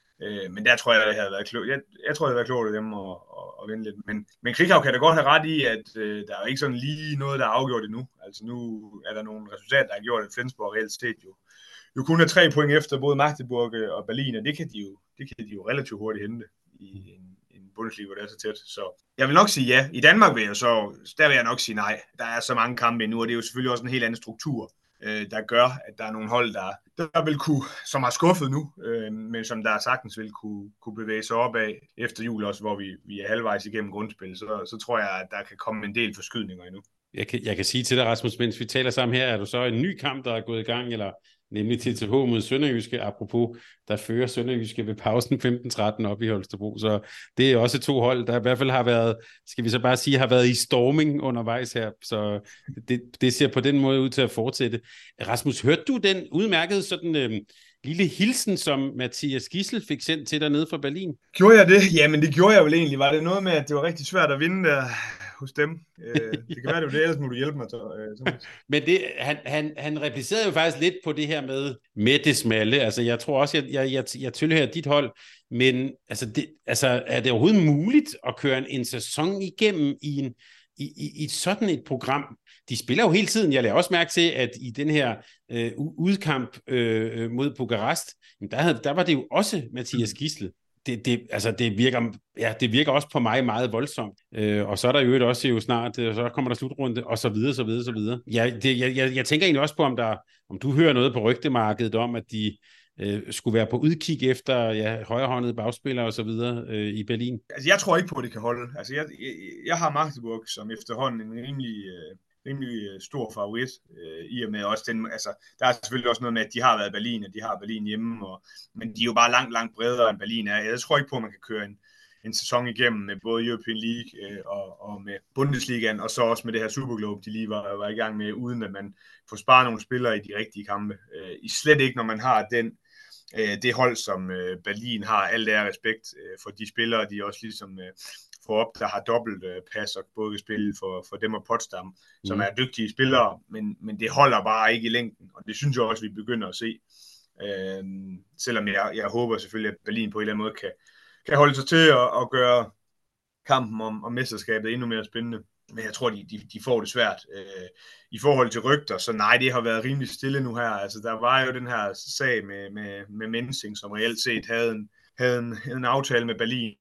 Men der tror jeg, det havde været klogt. Jeg, jeg tror, det havde været klogt af dem at, at, at vinde lidt. Men, men Krikau kan da godt have ret i, at øh, der er ikke sådan lige noget, der er afgjort endnu. Altså nu er der nogle resultater, der har gjort, at Flensborg reelt set jo, jo kun er tre point efter både Magdeburg og Berlin, og det kan de jo, det kan de jo relativt hurtigt hente i en, en Bundesliga, hvor det er så tæt. Så jeg vil nok sige ja. I Danmark vil jeg så, der vil jeg nok sige nej. Der er så mange kampe endnu, og det er jo selvfølgelig også en helt anden struktur, der gør, at der er nogle hold, der, der vil kunne, som har skuffet nu, øh, men som der sagtens vil kunne, kunne bevæge sig op af efter jul også, hvor vi, vi er halvvejs igennem grundspil, så, så tror jeg, at der kan komme en del forskydninger endnu. Jeg kan, jeg kan sige til dig, Rasmus, mens vi taler sammen her, er du så en ny kamp, der er gået i gang, eller nemlig T T H mod Sønderjyske, apropos, der fører Sønderjyske ved pausen femten tretten op i Holstebro, så det er også to hold, der i hvert fald har været, skal vi så bare sige, har været i storming undervejs her, så det, det ser på den måde ud til at fortsætte. Rasmus, hørte du den udmærkede sådan øh, lille hilsen, som Mathias Gidsel fik sendt til dig nede fra Berlin? Gjorde jeg det? Jamen det gjorde jeg vel egentlig. Var det noget med, at det var rigtig svært at vinde der hos dem? Det kan være, det var det, ellers må du hjælpe mig. Så. Men det, han, han, han replicerede jo faktisk lidt på det her med, med det smalle. Altså jeg tror også, jeg, jeg, jeg, jeg tilhører dit hold, men altså, det, altså, er det overhovedet muligt at køre en, en sæson igennem i, en, i, i, i sådan et program? De spiller jo hele tiden. Jeg lader også mærke til, at i den her øh, udkamp øh, mod Bukarest, der, havde, der var det jo også Mathias Gidsel. Det, det, altså det, virker, ja, det virker også på mig meget voldsomt. Øh, og så er der jo også jo snart, øh, så kommer der slutrunde, og så videre, så videre, så videre. Jeg, det, jeg, jeg, jeg tænker egentlig også på, om, der, om du hører noget på rygtemarkedet om, at de øh, skulle være på udkig efter ja, højrehåndede bagspillere og så videre øh, i Berlin. Altså jeg tror ikke på, at det kan holde. Altså jeg, jeg, jeg har Magdeburg som efterhånden en rimelig... Øh... rimelig stor favorit, øh, i og med også den, altså, der er selvfølgelig også noget med, at de har været i Berlin, og de har Berlin hjemme, og, men de er jo bare langt, langt bredere end Berlin er. Jeg tror ikke på, at man kan køre en, en sæson igennem med både European League øh, og, og med Bundesligaen, og så også med det her Superglobe, de lige var, var i gang med, uden at man får sparet nogle spillere i de rigtige kampe. Øh, I slet ikke, når man har den, øh, det hold, som øh, Berlin har, alt er respekt øh, for de spillere, de også ligesom... Øh, for op, der har dobbelt øh, pas og både spille for, for dem og Potsdam, mm. som er dygtige spillere, men, men det holder bare ikke i længden, og det synes jeg også, vi begynder at se. Øh, selvom jeg, jeg håber selvfølgelig, at Berlin på en eller anden måde kan, kan holde sig til at, at gøre kampen om, om mesterskabet endnu mere spændende. Men jeg tror, de, de, de får det svært. Øh, I forhold til rygter, så nej, det har været rimelig stille nu her. Altså, der var jo den her sag med, med, med Mensing, som reelt set havde en, havde en, en aftale med Berlin,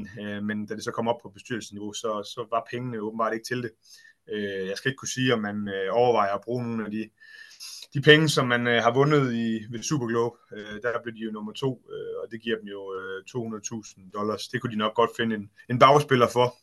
men da det så kom op på bestyrelsesniveau, så, så var pengene åbenbart ikke til det. Jeg skal ikke kunne sige, om man overvejer at bruge nogle af de, de penge, som man har vundet i, ved Superglobe. Der blev de jo nummer to, og det giver dem jo to hundrede tusind dollars. Det kunne de nok godt finde en, en bagspiller for.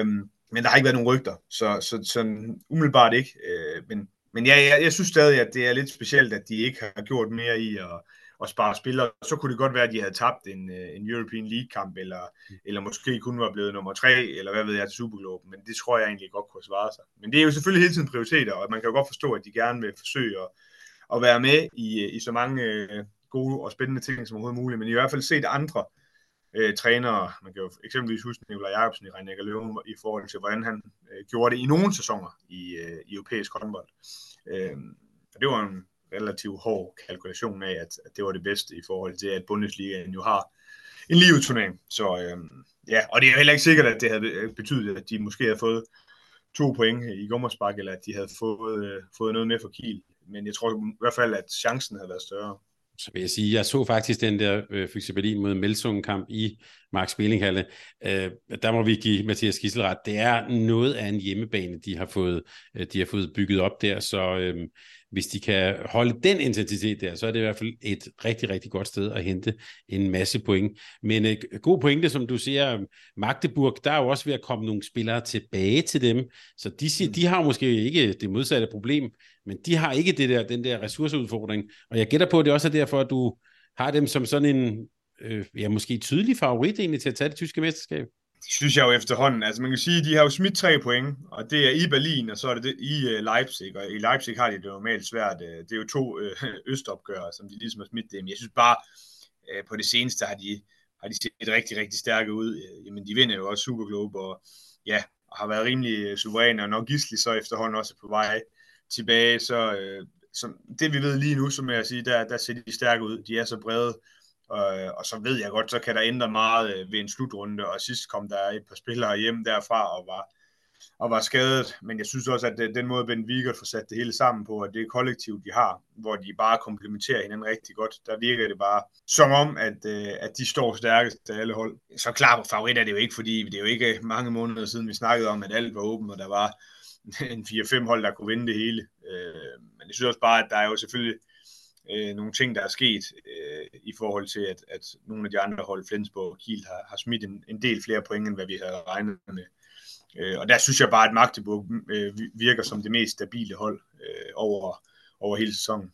Men der har ikke været nogen rygter, så, så, så umiddelbart ikke. Men, men ja, jeg, jeg synes stadig, at det er lidt specielt, at de ikke har gjort mere i at og spare spillere, så kunne det godt være, at de havde tabt en, en European League-kamp, eller, eller måske kun var blevet nummer tre, eller hvad ved jeg, til Superglobe, men det tror jeg egentlig godt kunne svare sig. Men det er jo selvfølgelig hele tiden prioriteter, og man kan jo godt forstå, at de gerne vil forsøge at, at være med i, i så mange gode og spændende ting som overhovedet muligt, men i hvert fald set andre øh, trænere. Man kan jo eksempelvis huske Nikolaj Jacobsen i Rhein-Neckar Löwen i forhold til, hvordan han øh, gjorde det i nogle sæsoner i, øh, i europæisk håndbold. Øh, og det var en relativt hård kalkulation af, at, at det var det bedste i forhold til, at Bundesligaen jo har en liveturnering. Så øh, ja, og det er heller ikke sikkert, at det havde betydet, at de måske havde fået to point i Gummersbach, eller at de havde fået, øh, fået noget med for Kiel. Men jeg tror i hvert fald, at chancen havde været større. Så vil jeg sige, jeg så faktisk den der øh, Füchse Berlin mod Melsungen-kamp i Mark Spelinghalle. Øh, der må vi give Mathias Gidsel ret. Det er noget af en hjemmebane, de har fået, øh, de har fået bygget op der, så øh, hvis de kan holde den intensitet der, så er det i hvert fald et rigtig, rigtig godt sted at hente en masse point. Men øh, god pointe, som du siger, Magdeburg, der er jo også ved at komme nogle spillere tilbage til dem, så de, siger, de har måske ikke det modsatte problem, men de har ikke det der, den der ressourceudfordring, og jeg gætter på, at det også er derfor, at du har dem som sådan en, øh, ja, måske tydelig favorit egentlig til at tage det tyske mesterskab. Det synes jeg jo efterhånden. Altså man kan sige, at de har jo smidt tre point, og det er i Berlin, og så er det, det i uh, Leipzig, og i Leipzig har de det normalt svært. Det er jo to uh, østopgør, som de ligesom har smidt dem. Jeg synes bare, uh, på det seneste har de, har de set rigtig, rigtig stærke ud. Uh, jamen de vinder jo også Superglobe, og ja, har været rimelig suveræne, og når Gisli så efterhånden også er på vej tilbage, så, uh, så det vi ved lige nu, som jeg siger, der, der ser de stærke ud. De er så brede. Og, og så ved jeg godt, så kan der ændre meget ved en slutrunde, og sidst kom der et par spillere hjem derfra og var, og var skadet, men jeg synes også, at den måde Ben Wiegert får sat det hele sammen på, at det er kollektivt, de har, hvor de bare komplementerer hinanden rigtig godt, der virker det bare som om, at, at de står stærkest til alle hold. Så klart favorit er det jo ikke, fordi det er jo ikke mange måneder siden, vi snakkede om, at alt var åbent, og der var en fire fem hold, der kunne vinde det hele. Men jeg synes også bare, at der er jo selvfølgelig Øh, nogle ting, der er sket øh, i forhold til, at, at nogle af de andre hold, Flensborg og Kiel, har, har smidt en, en del flere point, end hvad vi havde regnet med. Øh, og der synes jeg bare, at Magdeburg øh, virker som det mest stabile hold øh, over, over hele sæsonen.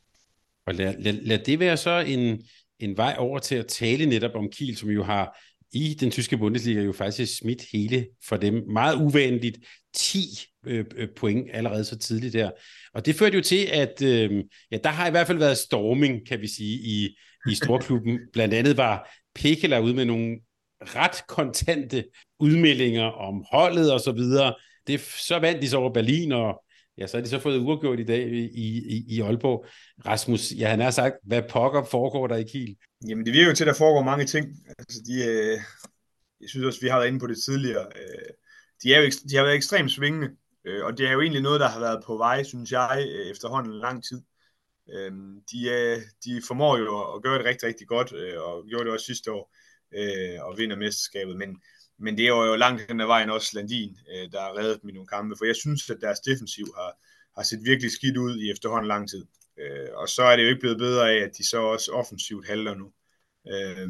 Og lad, lad, lad det være så en, en vej over til at tale netop om Kiel, som jo har i den tyske Bundesliga jo faktisk smidt hele for dem. Meget uvanligt ti øh, point allerede så tidligt der. Og det førte jo til, at øh, ja, der har i hvert fald været storming, kan vi sige, i, i storklubben. Blandt andet var Pekela ude med nogle ret kontante udmeldinger om holdet og så videre. Det, så vandt de så over Berlin, og ja, så har de så fået uafgjort i dag i, i, i Aalborg. Rasmus, jeg har nær sagt, hvad pokker foregår der i Kiel? Jamen, det virker jo til, at der foregår mange ting. Altså, de, øh, jeg synes også, vi har været inde på det tidligere. Øh, de, er jo, de har været ekstremt svingende, øh, og det er jo egentlig noget, der har været på vej, synes jeg, efterhånden en lang tid. Øh, de, øh, de formår jo at gøre det rigtig, rigtig godt, øh, og gjorde det også sidste år, øh, og vinder mesterskabet. Men, men det er jo langt hen ad vejen også Landin, øh, der har reddet dem i nogle kampe, for jeg synes, at deres defensiv har, har set virkelig skidt ud i efterhånden lang tid. Øh, og så er det jo ikke blevet bedre af, at de så også offensivt halter nu. Øh,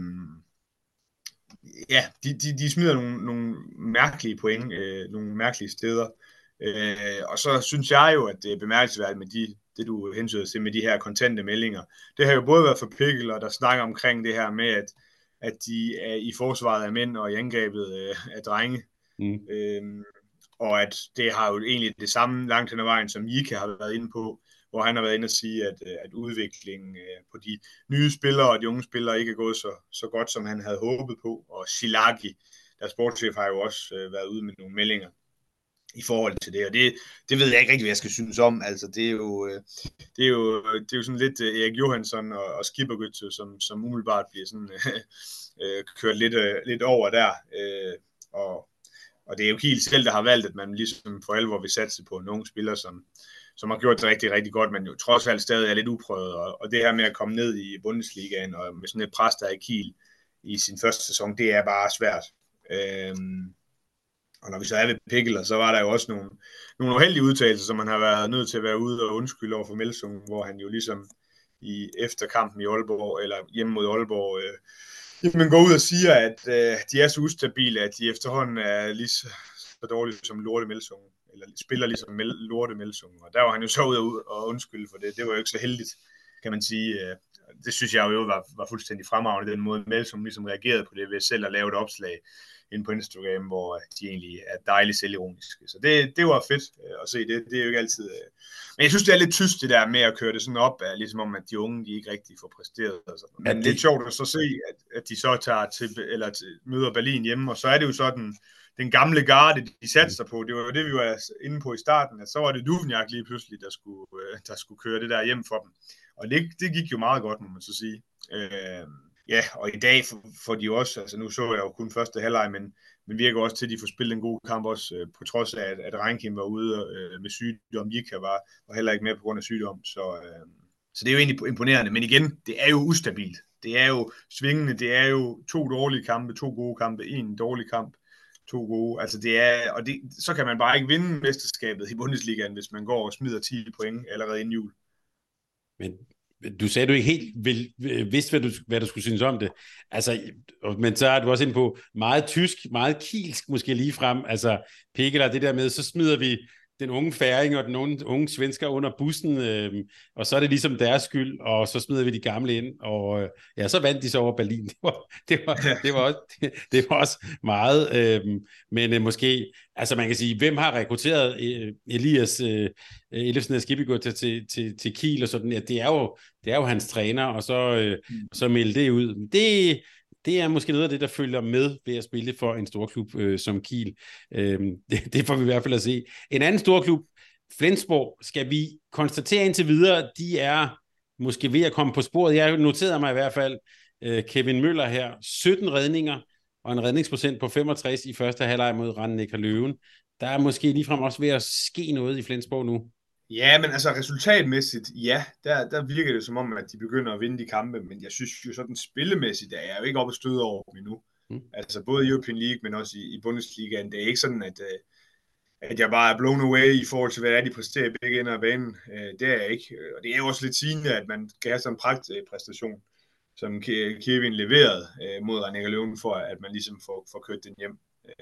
ja, de, de, de smider nogle, nogle mærkelige point, øh, nogle mærkelige steder. Øh, og så synes jeg jo, at det er bemærkelsesværdigt med de, det, du hensyder til med de her kontante meldinger. Det har jo både været for Pikkeler, der snakker omkring det her med, at, at de er i forsvaret af mænd og i angrebet øh, af drenge. Mm. Øh, og at det har jo egentlig det samme langt hen ad vejen, som Jika har været inde på, hvor han har været inde at sige, at, at udviklingen på de nye spillere og de unge spillere ikke er gået så, så godt, som han havde håbet på. Og Silagi, der sportschef, har jo også været ude med nogle meldinger i forhold til det. Og det, det ved jeg ikke rigtig, hvad jeg skal synes om. Altså, det er jo, det er jo, det er jo sådan lidt Erik Johansson og, og Skippergøtze, som, som umiddelbart bliver sådan, øh, kørt lidt, lidt over der. Øh, og, og det er jo Kiel selv, der har valgt, at man ligesom for alvor vil satse på nogle spillere, som som har gjort det rigtig, rigtig godt, men jo trods alt stadig er lidt uprøvet, og, og det her med at komme ned i Bundesligaen, og med sådan et pres, der er i Kiel i sin første sæson, det er bare svært. Øhm, og når vi så er ved Pikkeler, så var der jo også nogle, nogle uheldige udtalelser, som man har været nødt til at være ude og undskylde over for Melsungen, hvor han jo ligesom i efterkampen i Aalborg, eller hjemme mod Aalborg, øh, jamen går ud og siger, at øh, de er så ustabile, at de efterhånden er lige så, så dårlige som Lorte Melsungen, eller spiller ligesom Mel- Lorte Melsungen, og der var han jo så ud og undskylde for det. Det var jo ikke så heldigt, kan man sige. Det synes jeg jo var, var fuldstændig fremragende, den måde Melsungen ligesom reagerede på det ved selv at lave et opslag inde på Instagram, hvor de egentlig er dejligt selvironiske. Så det, det var fedt at se det. Det er jo ikke altid... Men jeg synes, det er lidt tyst, det der med at køre det sådan op, ligesom om, at de unge, de ikke rigtig får præsteret. Altså. Men ja, det... lidt sjovt at så se, at, at de så tager til, eller til, møder Berlin hjemme, og så er det jo sådan, den gamle garde, de satte sig på, det var jo det, vi var inde på i starten, at så var det Duvnjak lige pludselig, der skulle, der skulle køre det der hjem for dem. Og det, det gik jo meget godt, må man så sige. Øh, ja, og i dag får de jo også, altså nu så jeg jo kun første halvleg, men, men virker også til, at de får spillet en god kamp også, øh, på trods af, at, at Reinkim var ude øh, med sygdom. Jika var, var heller ikke med på grund af sygdom, så, øh, så det er jo egentlig imponerende. Men igen, det er jo ustabilt. Det er jo svingende, det er jo to dårlige kampe, to gode kampe, en dårlig kamp, to gode. Altså det er, og det, så kan man bare ikke vinde mesterskabet i Bundesligaen, hvis man går og smider ti point allerede inden jul. Men du sagde, du ikke helt vil, vidste, hvad du, hvad du skulle synes om det. Altså, men så er du også inde på meget tysk, meget kielsk måske lige frem. Altså, Pekeler, det der med, så smider vi den unge færing og den unge, unge svensker under bussen, øh, og så er det ligesom deres skyld, og så smider vi de gamle ind, og øh, ja, så vandt de så over Berlin. Det var, det var, det var, også, det, det var også meget, øh, men øh, måske, altså man kan sige, hvem har rekrutteret øh, Elias øh, Ellefsen og Skibby til, til, til, til Kiel og sådan, ja, det er jo, det er jo hans træner, og så, øh, så melde det ud. Det Det er måske noget af det, der følger med ved at spille for en storklub øh, som Kiel. Øh, det, det får vi i hvert fald at se. En anden storklub, Flensborg, skal vi konstatere indtil videre, de er måske ved at komme på sporet. Jeg noterede mig i hvert fald øh, Kevin Møller her. sytten redninger og en redningsprocent på femogtres i første halvleg mod Rhein-Neckar Löwen. Der er måske ligefrem også ved at ske noget i Flensborg nu. Ja, men altså resultatmæssigt, ja, der, der virker det som om, at de begynder at vinde de kampe, men jeg synes jo sådan spillemæssigt, der er jeg jo ikke oppe at støde over dem endnu. Mm. Altså både i European League, men også i, i Bundesligaen. Det er ikke sådan, at, at jeg bare er blown away i forhold til, hvad det er, de præsterer i begge ender af banen. Det er jeg ikke. Og det er jo også lidt sigende, at man kan have sådan en pragtpræstation, som Kevin leverede mod Rhein-Neckar Löwen, for at man ligesom får, får kørt den hjem.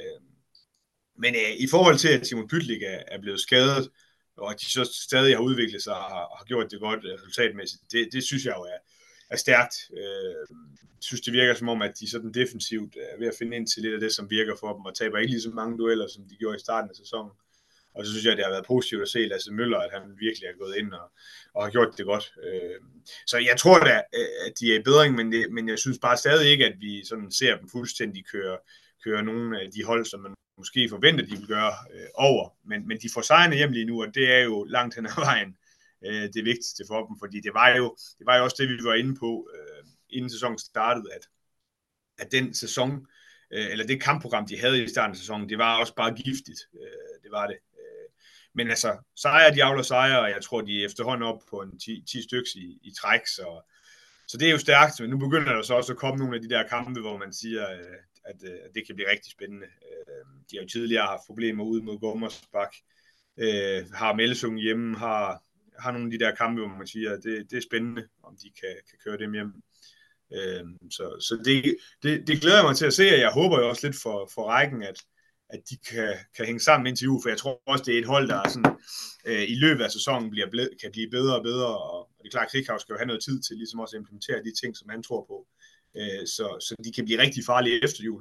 Men i forhold til, at Simon Pytlik er blevet skadet, og at de så stadig har udviklet sig og har, har gjort det godt resultatmæssigt, det, det synes jeg jo er, er stærkt. Jeg øh, synes, det virker som om, at de sådan defensivt er ved at finde ind til lidt af det, som virker for dem, og taber ikke lige så mange dueller, som de gjorde i starten af sæsonen. Og så synes jeg, det har været positivt at se Lasse Møller, at han virkelig er gået ind og, og har gjort det godt. Øh, så jeg tror da, at de er i bedring, men, det, men jeg synes bare stadig ikke, at vi sådan ser dem fuldstændig køre, køre nogle af de hold, som man måske forventer, de vil gøre øh, over. Men, men de får sejrene hjem lige nu, og det er jo langt hen ad vejen øh, det vigtigste for dem, fordi det var jo, det var jo også det, vi var inde på, øh, inden sæsonen startede, at, at den sæson, øh, eller det kampprogram, de havde i starten af sæsonen, det var også bare giftigt. Øh, det var det. Øh, men altså, sejre, de avler sejre, og jeg tror, de er efterhånden op på en ti, ti stykker i, i træk, så, så det er jo stærkt, men nu begynder der så også at komme nogle af de der kampe, hvor man siger, øh, at, at det kan blive rigtig spændende. De har jo tidligere haft problemer ude mod Gummersbach, øh, har Melsungen hjemme, har, har nogle af de der kampe, hvor man siger, at det, det er spændende, om de kan, kan køre dem hjem. Øh, så så det, det, det glæder jeg mig til at se, og jeg håber jo også lidt for, for rækken, at, at de kan, kan hænge sammen indtil jul, for jeg tror også, det er et hold, der er sådan, øh, i løbet af sæsonen bliver ble, kan blive bedre og bedre, og det er klart, at Krighav skal jo have noget tid til ligesom også at implementere de ting, som han tror på. Så, så de kan blive rigtig farlige efter jul.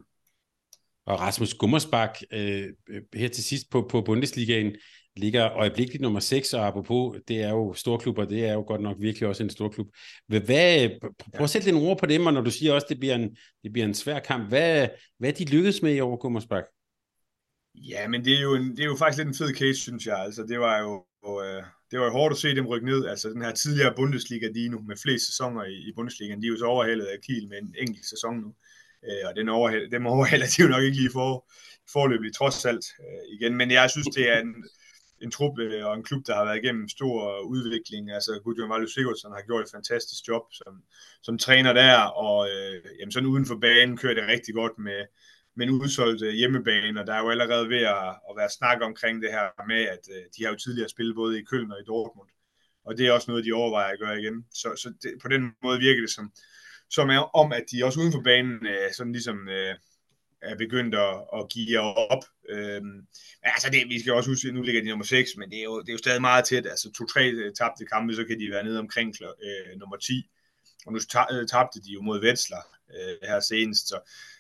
Og Rasmus Gummersbach øh, her til sidst på, på Bundesligaen ligger øjeblikkeligt nummer seks, og apropos, det er jo storklubber, det er jo godt nok virkelig også en storklub. Hvad, prøv at sætte lidt ord på dem, og når du siger også, det bliver en, det bliver en svær kamp, hvad, hvad er de lykkedes med i år, Gummersbach? Ja, men det er, jo en, det er jo faktisk lidt en fed case, synes jeg. Altså, det var jo øh, det var jo hårdt at se dem rykke ned. Altså, den her tidligere Bundesliga-dino med flest sæsoner i, i Bundesligaen, de er jo så overhældet af Kiel med en enkelt sæson nu. Øh, og den overhælder, dem overhælder de jo nok ikke lige for, forløbig, trods alt øh, igen. Men jeg synes, det er en, en trup øh, og en klub, der har været igennem stor udvikling. Altså, Gudjon Valø Sigurdsson har gjort et fantastisk job som, som træner der, og øh, jamen, sådan uden for banen kører det rigtig godt med med en udsolgt hjemmebane, og der er jo allerede ved at, at være snak omkring det her med, at uh, de har jo tidligere spillet både i Köln og i Dortmund, og det er også noget, de overvejer at gøre igen. Så, så det, på den måde virker det som, som er om, at de også uden for banen uh, sådan ligesom uh, er begyndt at, at give op. Uh, altså det, vi skal også huske, nu ligger de nummer seks, men det er jo, det er jo stadig meget tæt. Altså to-tre tabte kampe, så kan de være nede omkring uh, nummer ti, og nu tabte de jo mod Wetzlar uh, her senest, så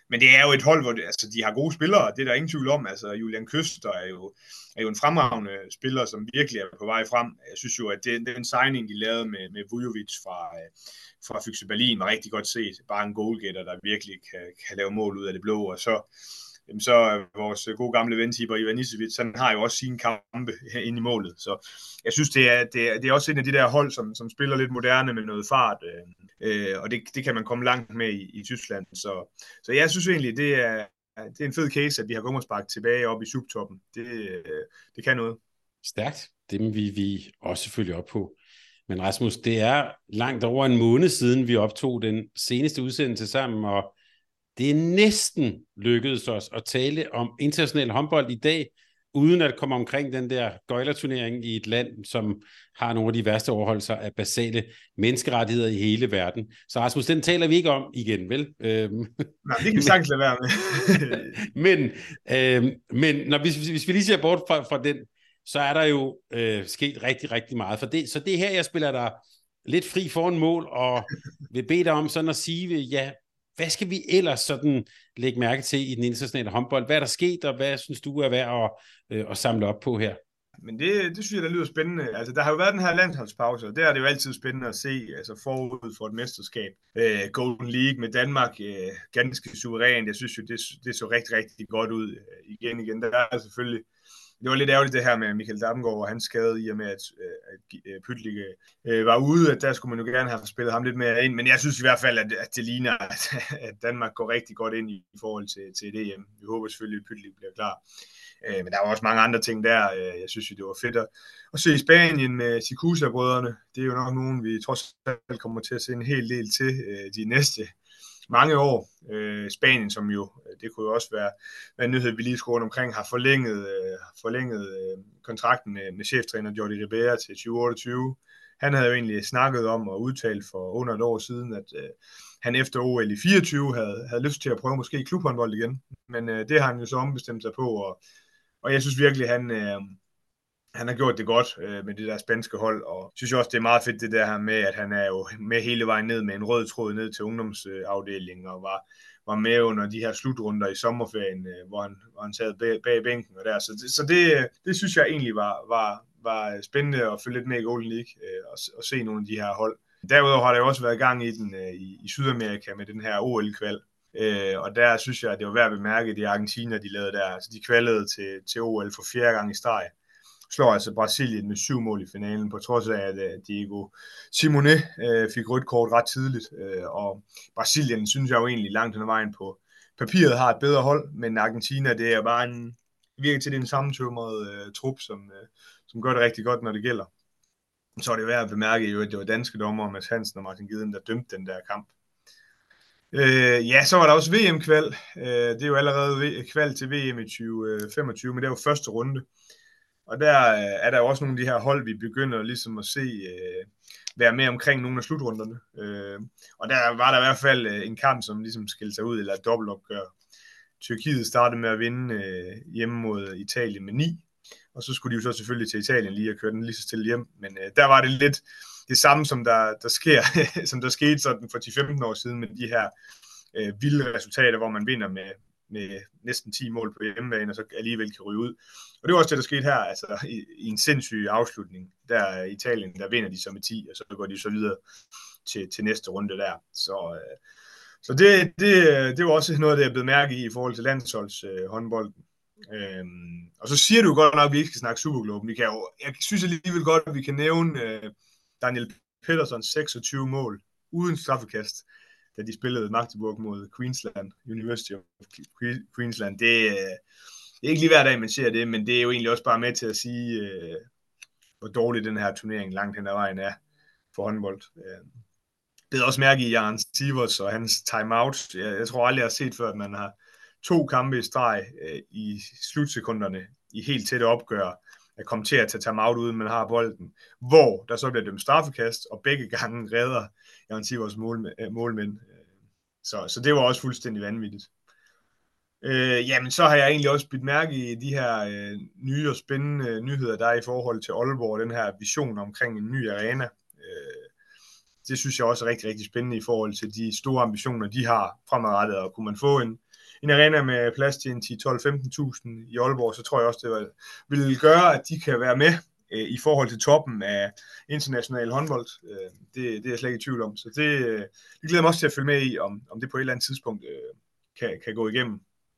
men det er jo et hold, hvor det, altså, de har gode spillere, det er der ingen tvivl om. Altså, Julian Køster er jo, er jo en fremragende spiller, som virkelig er på vej frem. Jeg synes jo, at det, den signing, de lavede med, med Vujovic fra, fra Füchse Berlin, var rigtig godt set. Bare en goalgetter, der virkelig kan, kan lave mål ud af det blå, og så Jamen, så vores gode gamle ven Tibor Ivanisevic, han har jo også sine kampe ind i målet. Så jeg synes, det er, det er, det er også en af de der hold, som, som spiller lidt moderne med noget fart. Øh, og det, det kan man komme langt med i, i Tyskland. Så, så jeg synes egentlig, det er, det er en fed case, at vi har Gummersbach tilbage op i subtoppen. Det, det kan noget. Stærkt. Det vil vi også følge op på. Men Rasmus, det er langt over en måned siden, vi optog den seneste udsendelse sammen, og det er næsten lykkedes os at tale om international håndbold i dag, uden at komme omkring den der gøjlerturnering i et land, som har nogle af de værste overholdelser af basale menneskerettigheder i hele verden. Så Rasmus, den taler vi ikke om igen, vel? Nej, det kan vi sagtens lade være med. men øh, men når, hvis, hvis vi lige ser bort fra, fra den, så er der jo øh, sket rigtig, rigtig meget. For det, så det her, jeg spiller der lidt fri foran mål, og vil bede dig om sådan at sige, ja, hvad skal vi ellers sådan lægge mærke til i den internationale håndbold? Hvad er der sket, og hvad synes du er værd at, øh, at samle op på her? Men det, det synes jeg, der lyder spændende. Altså, der har jo været den her landsholdspause, og der er det jo altid spændende at se, altså forud for et mesterskab. Øh, Golden League med Danmark, øh, ganske suverænt. Jeg synes jo, det, det så rigtig, rigtig godt ud øh, igen igen. Der er selvfølgelig, det var lidt ærgerligt det her med Michael Damgaard og hans skade, i og med, at, at, at Pytlik øh, var ude, at der skulle man jo gerne have spillet ham lidt mere ind. Men jeg synes i hvert fald, at, at det ligner, at, at Danmark går rigtig godt ind i, i forhold til, til det hjem. Vi håber selvfølgelig, at Pytlik bliver klar. Men der var også mange andre ting der. Jeg synes jo, det var fedt at se i Spanien med Sikusa-brødrene. Det er jo nok nogen, vi trods alt kommer til at se en hel del til de næste mange år. Spanien, som jo, det kunne jo også være, være en nyhed, vi lige skulle rundt omkring, har forlænget, forlænget kontrakten med, med cheftræner Jordi Ribera til tyve otteogtyve. Han havde jo egentlig snakket om og udtalt for under et år siden, at øh, han efter O L i fireogtyve havde, havde lyst til at prøve måske klubhåndbold igen. Men øh, det har han jo så ombestemt sig på, og Og jeg synes virkelig, han, øh, han har gjort det godt øh, med det der spanske hold, og jeg synes også, det er meget fedt det der her med, at han er jo med hele vejen ned med en rød tråd ned til ungdomsafdelingen, og var, var med under de her slutrunder i sommerferien, øh, hvor, han, hvor han sad bag, bag bænken og der. Så, det, så det, det synes jeg egentlig var, var, var spændende at følge lidt med i Golden League øh, og, og se nogle af de her hold. Derudover har der jo også været gang i den øh, i, i Sydamerika med den her O L-kval. Øh, og der synes jeg, at det var værd at bemærke, de Argentina, de lavede der. Altså, de kvalede til, til O L for fjerde gang i streg. Slår altså Brasilien med syv mål i finalen, på trods af, at uh, Diego Simone uh, fik rødt kort ret tidligt. Uh, og Brasilien, synes jeg jo egentlig langt hen ad vejen på papiret, har et bedre hold, men Argentina, det er bare en, virker til, det er en sammentømret uh, trup, som, uh, som gør det rigtig godt, når det gælder. Så er det værd at bemærke, jo, at det var danske dommer, Mads Hansen og Martin Giden, der dømte den der kamp. Øh, ja, så var der også V M-kval. Øh, det er jo allerede kval til V M i tyve femogtyve, men det er jo første runde. Og der er der jo også nogle af de her hold, vi begynder ligesom at se øh, være med omkring nogle af slutrunderne. Øh, og der var der i hvert fald en kamp, som ligesom skilte sig ud, eller et dobbeltopgør. Tyrkiet startede med at vinde øh, hjemme mod Italien med ni, og så skulle de jo så selvfølgelig til Italien lige og køre den lige så stille hjem. Men øh, der var det lidt det samme, som der, der sker, som der skete sådan for ti til femten år siden med de her øh, vilde resultater, hvor man vinder med, med næsten ti mål på hjemmebane, og så alligevel kan ryge ud. Og det var også det, der skete her, altså i, i en sindssyg afslutning. Der i Italien, der vinder de så med ti, og så går de så videre til, til næste runde der. Så, øh, så det, det, det var også noget, det jeg blev mærke i i forhold til landsholds øh, håndbolden. Øhm, og så siger du godt nok, at vi ikke skal snakke Supergloben. Vi kan jo, jeg synes alligevel godt, at vi kan nævne øh, Daniel Petterssons seksogtyve mål uden straffekast, da de spillede Magdeburg mod Queensland, University of Queensland. Det, øh, det er ikke lige hver dag, man ser det, men det er jo egentlig også bare med til at sige, øh, hvor dårlig den her turnering langt hen ad vejen er for håndbold. Øh, det er også mærke i Jaren Sivers og hans timeout. Jeg, jeg tror aldrig, jeg har set før, at man har to kampe i streg øh, i slutsekunderne i helt tætte opgør, at komme til at tage timeout uden man har bolden, hvor der så bliver dømt straffekast, og begge gange redder Jaren Sivers målmænd. målmænd. Så, så det var også fuldstændig vanvittigt. Øh, jamen, så har jeg egentlig også bidt mærke i de her øh, nye og spændende nyheder, der er i forhold til Aalborg, den her vision omkring en ny arena. Øh, det synes jeg også er rigtig, rigtig spændende i forhold til de store ambitioner, de har fremadrettet, og kunne man få en, en arena med plads til en ti, tolv, femten tusind i Aalborg, så tror jeg også, det vil gøre, at de kan være med øh, i forhold til toppen af international håndbold. Øh, det, det er jeg slet ikke i tvivl om, så det, det glæder mig også til at følge med i, om, om det på et eller andet tidspunkt øh, kan, kan gå igennem.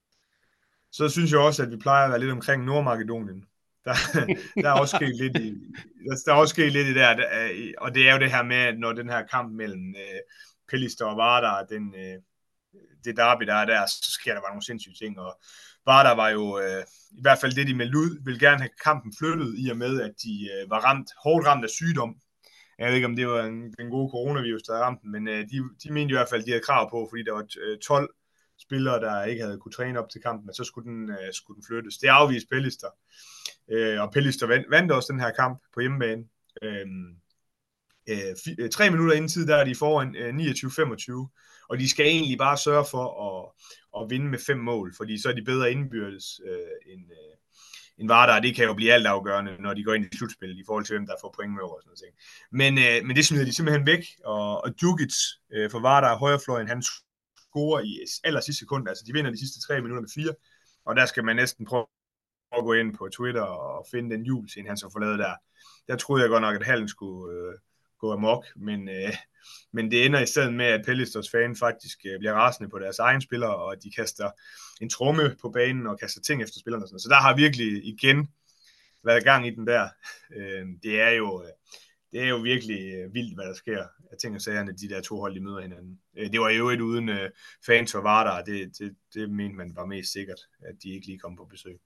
Så synes jeg også, at vi plejer at være lidt omkring Nordmakedonien. Der, der er også sket lidt i, der er også sket lidt i der, og det er jo det her med, når den her kamp mellem øh, Pelister og Vardar, den, øh, det derby, der er der, så sker der bare nogle sindssyge ting, og Vardar var jo, øh, i hvert fald det, de meldte ud, ville gerne have kampen flyttet, i og med, at de øh, var ramt, hårdt ramt af sygdom. Jeg ved ikke, om det var en, den gode coronavirus, der havde ramt dem, men øh, de, de mente i hvert fald, at de havde krav på, fordi der var øh, tolv spillere, der ikke havde kunne træne op til kampen, så skulle den, øh, skulle den flyttes. Det afviste Pelister, øh, og Pelister vandt, vandt også den her kamp på hjemmebane. Øh, øh, f- tre minutter inden tid, der er de foran øh, niogtyve femogtyve, og de skal egentlig bare sørge for at, at vinde med fem mål, fordi så er de bedre indbyrdes øh, end, øh, end Vardar. Det kan jo blive altafgørende, når de går ind i slutspillet, i forhold til hvem der får point med over og sådan noget. Men, øh, men det smider de simpelthen væk, og, og Djukic øh, for Vardar, højrefløjen, han scorer i aller sidste sekund, altså de vinder de sidste tre minutter med fire, og der skal man næsten prøve at gå ind på Twitter og finde den jubelscene, han så forladet der. Der troede jeg godt nok, at hallen skulle øh, gå amok, men, øh, men det ender i stedet med, at Pellisters fan faktisk øh, bliver rasende på deres egen spillere, og de kaster en tromme på banen og kaster ting efter spillerne. Og sådan. Så der har virkelig igen været gang i den der. Øh, det er jo... Øh, Det er jo virkelig vildt, hvad der sker af ting og sagerne, de der to hold, de møder hinanden. Det var jo et uden uh, fans for Vardar, det, det, det mente man var mest sikkert, at de ikke lige kom på besøg.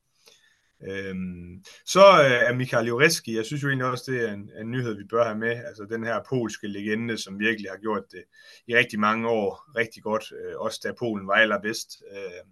Øhm, så uh, er Michal Jurecki, jeg synes jo egentlig også, det er en, en nyhed, vi bør have med. Altså den her polske legende, som virkelig har gjort det i rigtig mange år rigtig godt, uh, også da Polen var allerbedst. Uh,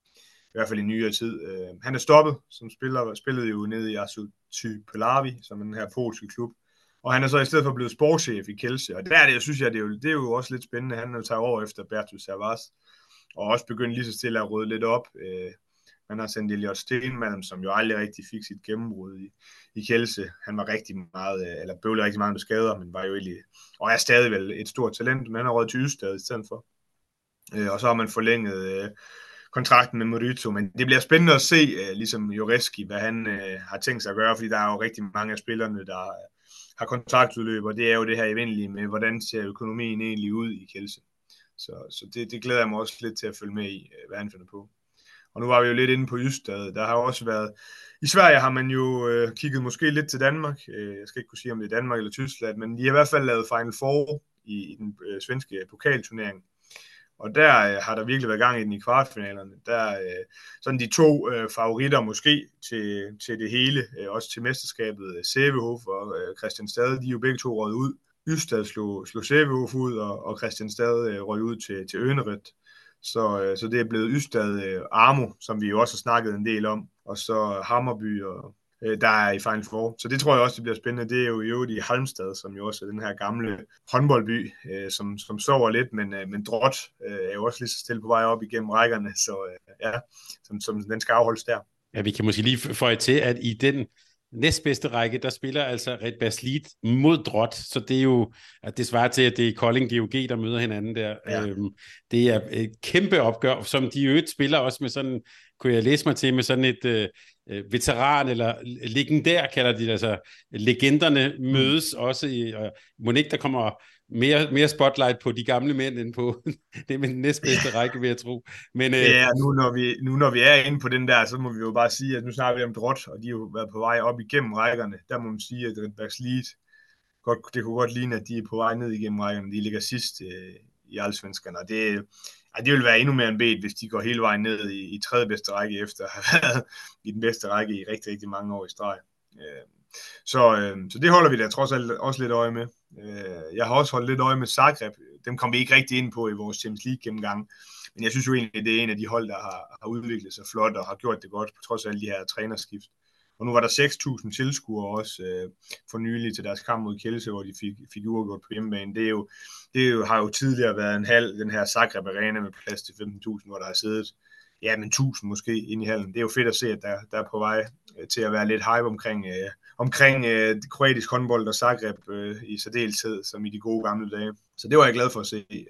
I hvert fald i nyere tid. Uh, han er stoppet, som spiller, spillede jo nede i Asuty Polavi, som er den her polske klub. Og han er så i stedet for blevet sportschef i Kielce. Og der er det, jeg synes jeg, det er jo, det er jo også lidt spændende. Han er jo taget over efter Bertus Servas, og også begyndt lige så stille at rydde lidt op. Øh, man har sendt Elliot Stenmalm, som jo aldrig rigtig fik sit gennembrud i, i Kielce. Han var rigtig meget, eller bøvlede rigtig meget med skader, men var jo egentlig, og er stadig vel et stort talent, men han har røget til Ystad i stedet for. Øh, og så har man forlænget øh, kontrakten med Morito, men det bliver spændende at se, øh, ligesom Jurecki, hvad han øh, har tænkt sig at gøre, fordi der er jo rigtig mange af spillerne, der har kontraktudløb, og det er jo det her evindelige med, hvordan ser økonomien egentlig ud i Kielce. Så, så det, det glæder jeg mig også lidt til at følge med i, hvad han finder på. Og nu var vi jo lidt inde på Ystad. Der har også været... I Sverige har man jo øh, kigget måske lidt til Danmark. Øh, jeg skal ikke kunne sige, om det er Danmark eller Tyskland, men de har i hvert fald lavet Final Four i, i den øh, svenske pokalturnering. Og der øh, har der virkelig været gang i den i kvartfinalerne. Der øh, sådan de to øh, favoritter måske til, til det hele, øh, også til mesterskabet, Sävehof og øh, Kristianstad, de er jo begge to røget ud. Ystad slog, slog Sävehof ud, og, og Kristianstad øh, røg ud til, til Önnered. Så, øh, så det er blevet Ystad øh, Armo, som vi jo også har snakket en del om, og så Hammarby, og, øh, der er i Final Four. Så det tror jeg også, det bliver spændende. Det er jo i øvrigt i Halmstad, som jo også er den her gamle håndboldby, øh, som, som sover lidt, men, øh, men Drott øh, er jo også lige så stille på vej op igennem rækkerne, så øh, ja, som, som den skal afholdes der. Ja, vi kan måske lige føje til, at i den næstbedste række, der spiller altså Red Baslit mod Drott, så det er jo, at det svarer til, at det er Kolding G O G, der møder hinanden der. Ja. Øhm, det er et kæmpe opgør, som de øvrigt spiller også med sådan, kunne jeg læse mig til, med sådan et øh, veteran, eller legendær kalder de det, altså legenderne mødes mm. også i, og Monique, der kommer mere, mere spotlight på de gamle mænd, end på det med den næstbedste række, vil jeg tro. Men, øh, ja, nu når, vi, nu når vi er inde på den der, så må vi jo bare sige, at nu snakker vi om Drott, og de har jo været på vej op igennem rækkerne. Der må man sige, at Red Baslit, godt, det kunne godt ligne, at de er på vej ned igennem rækkerne. De ligger sidst øh, i Allsvenskerne, og det, ja, det vil være endnu mere end bedt, hvis de går hele vejen ned i, i tredje bedste række, efter at have været i den bedste række i rigtig, rigtig mange år i streg. Øh, så, øh, så det holder vi da trods alt også lidt øje med. Øh, jeg har også holdt lidt øje med Zagreb. Dem kom vi ikke rigtig ind på i vores Champions League gennemgang. Men jeg synes jo egentlig, at det er en af de hold, der har, har udviklet sig flot og har gjort det godt, på trods af alle de her trænerskift. Og nu var der seks tusind tilskuere også øh, for nylig til deres kamp mod Kielce, hvor de fik, fik uafgjort på hjemmebane. Det, er jo, det er jo, har jo tidligere været en halv, den her Zagreb Arena med plads til femten tusind, hvor der har siddet ja, men tusind måske ind i hallen. Det er jo fedt at se, at der, der er på vej øh, til at være lidt hype omkring, øh, omkring øh, kroatisk håndbold og Zagreb øh, i særdeleshed, som i de gode gamle dage. Så det var jeg glad for at se. Øh,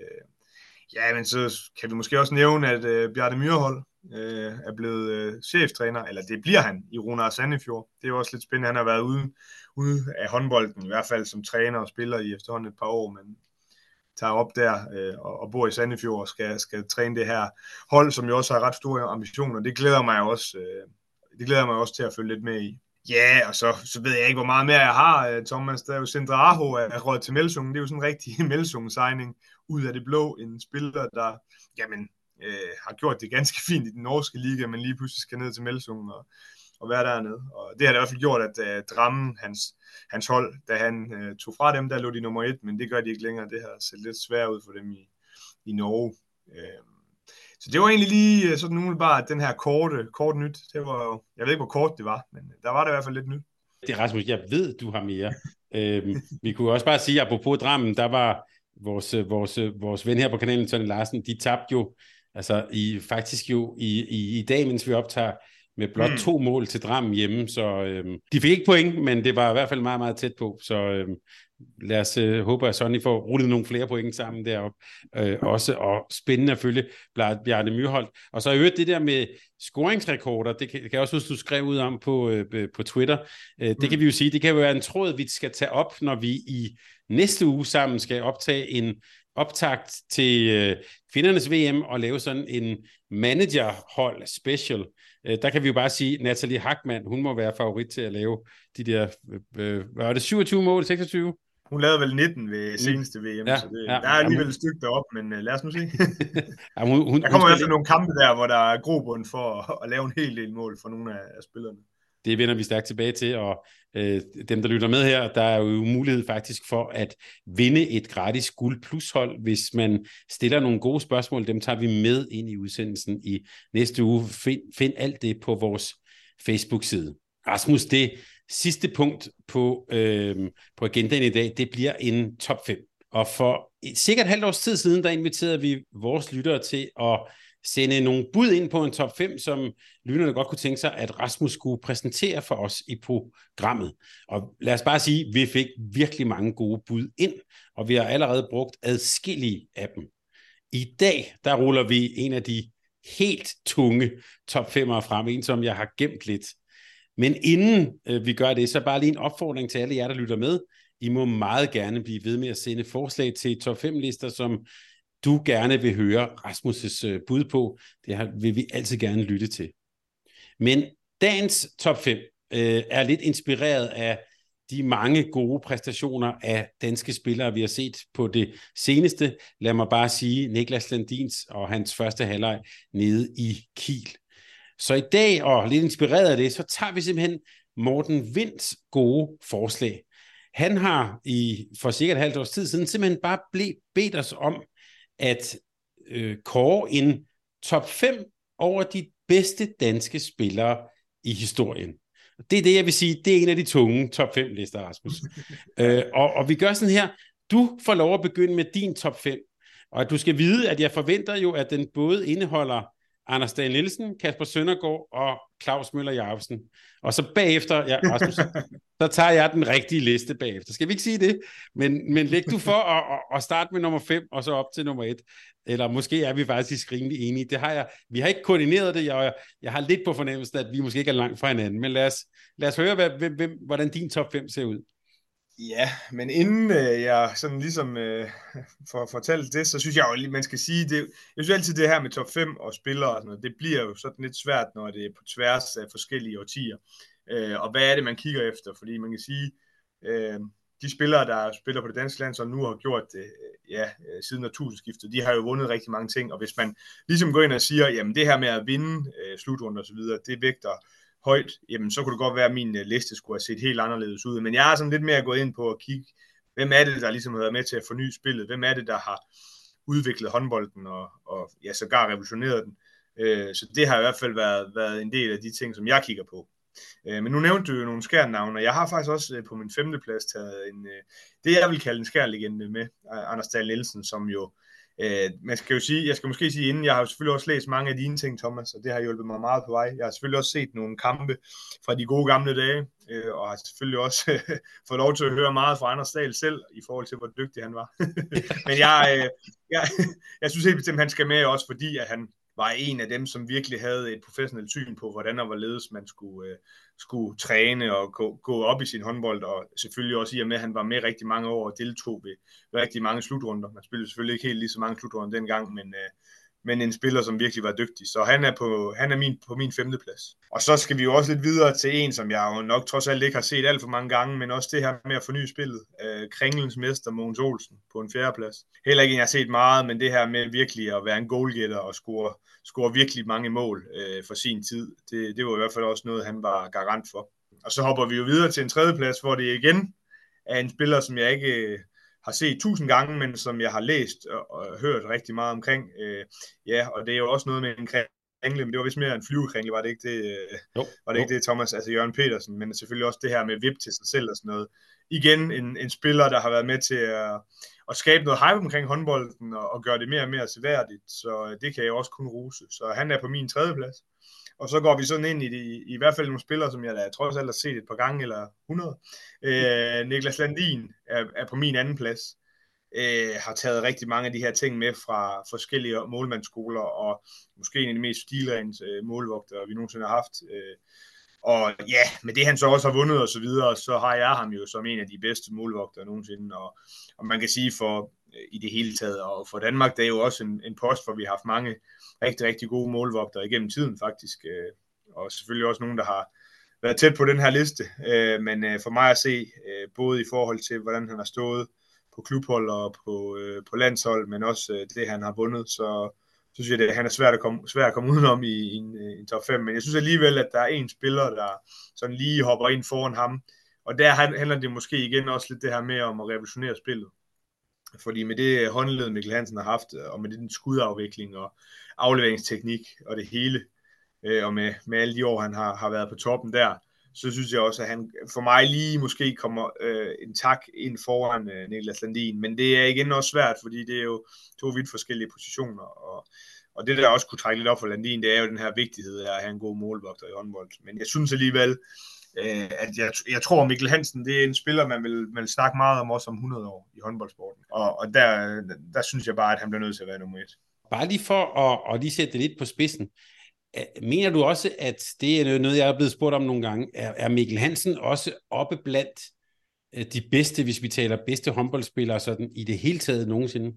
ja, men så kan vi måske også nævne, at øh, Bjarne Myrhold øh, er blevet øh, cheftræner, eller det bliver han i Runar Sandefjord. Det er jo også lidt spændende. Han har været ude, ude af håndbolden, i hvert fald som træner og spiller i efterhånden et par år, men tager op der øh, og, og bor i Sandefjord og skal, skal træne det her hold, som jo også har ret store ambitioner. Det glæder mig også, øh, det glæder mig også til at følge lidt med i. Ja, yeah, og så, så ved jeg ikke, hvor meget mere jeg har, Thomas. Der er jo Sindre Aho er råd til Melsungen. Det er jo sådan en rigtig Melsungen-signing ud af det blå. En spiller, der jamen, øh, har gjort det ganske fint i den norske liga, men lige pludselig skal ned til Melsungen og, og være dernede. Og det har det i hvert fald gjort, at uh, Drammen, hans, hans hold, da han uh, tog fra dem, der lå de nummer et, men det gør de ikke længere. Det har set lidt svært ud for dem i, i Norge. Uh, Så det var egentlig lige sådan umiddelbart den her korte, kort nyt. Det var jo, jeg ved ikke, hvor kort det var, men der var det i hvert fald lidt nyt. Det er Rasmus, jeg ved, du har mere. øhm, vi kunne også bare sige, apropos Drammen, der var vores, vores, vores ven her på kanalen, Tony Larsen, de tabte jo, altså i, faktisk jo i, i, i dag, mens vi optager, med blot mm. to mål til Drammen hjemme, så øhm, de fik ikke point, men det var i hvert fald meget, meget tæt på, så øhm, lad os øh, håbe, at Sonny får rullet nogle flere point sammen deroppe, øh, også, og spændende at følge Bjarne Myrhold. Og så i øvrigt det der med scoringsrekorder, det kan, det kan jeg også huske, du skrev ud om på, øh, på Twitter, øh, det mm. kan vi jo sige, det kan jo være en tråd, vi skal tage op, når vi i næste uge sammen skal optage en optakt til øh, kvindernes V M og lave sådan en managerhold special. Øh, der kan vi jo bare sige, Nathalie Hackmann, hun må være favorit til at lave de der, øh, hvad var det, syvogtyve mål, seksogtyve? Hun lavede vel nitten ved seneste V M, ja, så det, ja, der er alligevel ja, et stykke deroppe, men uh, lad os nu se. ja, hun, hun, der kommer i hvert fald nogle kampe der, hvor der er grobund for at, at lave en hel del mål for nogle af, af spillerne. Det vender vi stærkt tilbage til, og øh, dem, der lytter med her, der er jo mulighed faktisk for at vinde et gratis guld plus hold, hvis man stiller nogle gode spørgsmål. Dem tager vi med ind i udsendelsen i næste uge. Find, find alt det på vores Facebook-side. Rasmus, det sidste punkt på, øh, på agendaen i dag, det bliver en top fem. Og for cirka et halvt års tid siden, der inviterede vi vores lyttere til at sende nogle bud ind på en top fem, som lytterne godt kunne tænke sig, at Rasmus skulle præsentere for os i programmet. Og lad os bare sige, at vi fik virkelig mange gode bud ind, og vi har allerede brugt adskillige af dem. I dag, der ruller vi en af de helt tunge top fem'ere frem, en som jeg har gemt lidt. Men inden øh, vi gør det, så bare lige en opfordring til alle jer, der lytter med. I må meget gerne blive ved med at sende forslag til top fem lister, som du gerne vil høre Rasmus' øh, bud på. Det her vil vi altid gerne lytte til. Men dagens top fem øh, er lidt inspireret af de mange gode præstationer af danske spillere, vi har set på det seneste. Lad mig bare sige Niklas Landins og hans første halvleg nede i Kiel. Så i dag, og lidt inspireret af det, så tager vi simpelthen Morten Vinds gode forslag. Han har i for cirka et halvt års tid siden simpelthen bare ble, bedt os om at øh, kåre en top fem over de bedste danske spillere i historien. Det er det, jeg vil sige, det er en af de tunge top fem lister, Rasmus. øh, og, og vi gør sådan her, du får lov at begynde med din top fem, og du skal vide, at jeg forventer jo, at den både indeholder Anders Dahl Nielsen, Kasper Søndergaard og Claus Møller Jacobsen. Og så bagefter, ja, Rasmus, så tager jeg den rigtige liste bagefter. Skal vi ikke sige det? Men, men læg du for at, at starte med nummer fem, og så op til nummer et. Eller måske er vi faktisk rimelig enige. Det har jeg, vi har ikke koordineret det. Jeg, jeg har lidt på fornemmelsen, at vi måske ikke er langt fra hinanden. Men lad os, lad os høre, hvad, hvem, hvordan din top fem ser ud. Ja, men inden øh, jeg sådan ligesom øh, får fortalt det, så synes jeg jo, man skal sige, det, jeg synes altid det her med top fem og spillere og sådan noget, det bliver jo sådan lidt svært, når det er på tværs af forskellige årtier. Øh, og hvad er det, man kigger efter? Fordi man kan sige, øh, de spillere, der spiller på det danske land, som nu har gjort det ja, siden årtusindskiftet, de har jo vundet rigtig mange ting, og hvis man ligesom går ind og siger, jamen det her med at vinde øh, slutrunder og så videre, det vægter højt, jamen så kunne det godt være, at min liste skulle have set helt anderledes ud. Men jeg er sådan lidt mere gået ind på at kigge, hvem er det, der ligesom har været med til at forny spillet? Hvem er det, der har udviklet håndbolden og, og ja, sågar revolutioneret den? Øh, så det har i hvert fald været, været en del af de ting, som jeg kigger på. Øh, men nu nævnte du jo nogle skærnavne, og jeg har faktisk også på min femte plads taget en, det, jeg vil kalde en skærlegende med, Anders Dahl Nielsen, som jo Øh, man skal jo sige, jeg skal måske sige inden, jeg har jo selvfølgelig også læst mange af dine ting, Thomas, og det har hjulpet mig meget på vej. Jeg har selvfølgelig også set nogle kampe fra de gode gamle dage, øh, og har selvfølgelig også øh, fået lov til at høre meget fra Anders Dahl selv, i forhold til, hvor dygtig han var. Men jeg, øh, jeg, jeg synes helt bestemt, han skal med også, fordi at han var en af dem, som virkelig havde et professionelt syn på, hvordan og hvorledes man skulle, øh, skulle træne og gå, gå op i sin håndbold, og selvfølgelig også i og med, at han var med rigtig mange år og deltog ved, ved rigtig mange slutrunder. Man spillede selvfølgelig ikke helt lige så mange slutrunder dengang, men, øh, men en spiller, som virkelig var dygtig. Så han er, på, han er min, på min femte plads. Og så skal vi jo også lidt videre til en, som jeg jo nok trods alt ikke har set alt for mange gange, men også det her med at forny spillet. Øh, Kringlens mester, Mogens Olsen, på en fjerde plads. Heller ikke en, jeg har set meget, men det her med virkelig at være en goalgetter og score, score virkelig mange mål øh, for sin tid, det, det var i hvert fald også noget, han var garant for. Og så hopper vi jo videre til en tredje plads, hvor det igen er en spiller, som jeg ikke øh, har set tusind gange, men som jeg har læst og, og hørt rigtig meget omkring. Øh, ja, og det er jo også noget med en kringle, men det var vist mere en flyvekringle, var det ikke det, øh, jo, var det, ikke det Thomas, altså Jørgen Petersen, men selvfølgelig også det her med vip til sig selv og sådan noget. Igen en, en spiller, der har været med til at, at skabe noget hype omkring håndbolden og, og gøre det mere og mere seværdigt, så det kan jeg også kun rose. Så han er på min tredje plads. Og så går vi sådan ind i, de, i, i hvert fald nogle spillere, som jeg da trods alt har set et par gange, eller hundrede. Øh, Niklas Landin er, er på min anden plads. Øh, har taget rigtig mange af de her ting med fra forskellige målmandsskoler, og måske en af de mest stilrene øh, målvogtere, vi nogensinde har haft. Øh, og ja, med det han så også har vundet og så videre, så har jeg ham jo som en af de bedste målvogtere nogensinde. Og, og man kan sige for øh, i det hele taget, og for Danmark, det er jo også en, en post, hvor vi har haft mange rigtig, rigtig gode målvogtere igennem tiden faktisk. Øh, og selvfølgelig også nogen, der har været tæt på den her liste. Øh, men øh, for mig at se, øh, både i forhold til, hvordan han har stået på klubhold og på, øh, på landshold, men også øh, det, han har vundet, så, så synes jeg, at han er svært at komme, svært at komme udenom i, i, en, i en top fem. Men jeg synes alligevel, at der er en spiller, der sådan lige hopper ind foran ham. Og der handler det måske igen også lidt det her med om at revolutionere spillet. Fordi med det håndled, Mikkel Hansen har haft, og med den skudafvikling og afleveringsteknik og det hele, øh, og med, med alle de år, han har, har været på toppen der, så synes jeg også, at han for mig lige måske kommer øh, en tak ind foran øh, Niklas Landin. Men det er igen også svært, fordi det er jo to vidt forskellige positioner. Og, og det, der også kunne trække lidt op for Landin, det er jo den her vigtighed af at have en god målvogter i håndbold. Men jeg synes alligevel, øh, at jeg, jeg tror, at Mikkel Hansen, det er en spiller, man vil, man vil snakke meget om også om hundrede år i håndboldsporten. Og, og der, der synes jeg bare, at han bliver nødt til at være nummer et. Bare lige for at, at lige sætte det lidt på spidsen. Mener du også, at det er noget, jeg er blevet spurgt om nogle gange, er, er Mikkel Hansen også oppe blandt de bedste, hvis vi taler bedste håndboldspillere sådan i det hele taget nogensinde?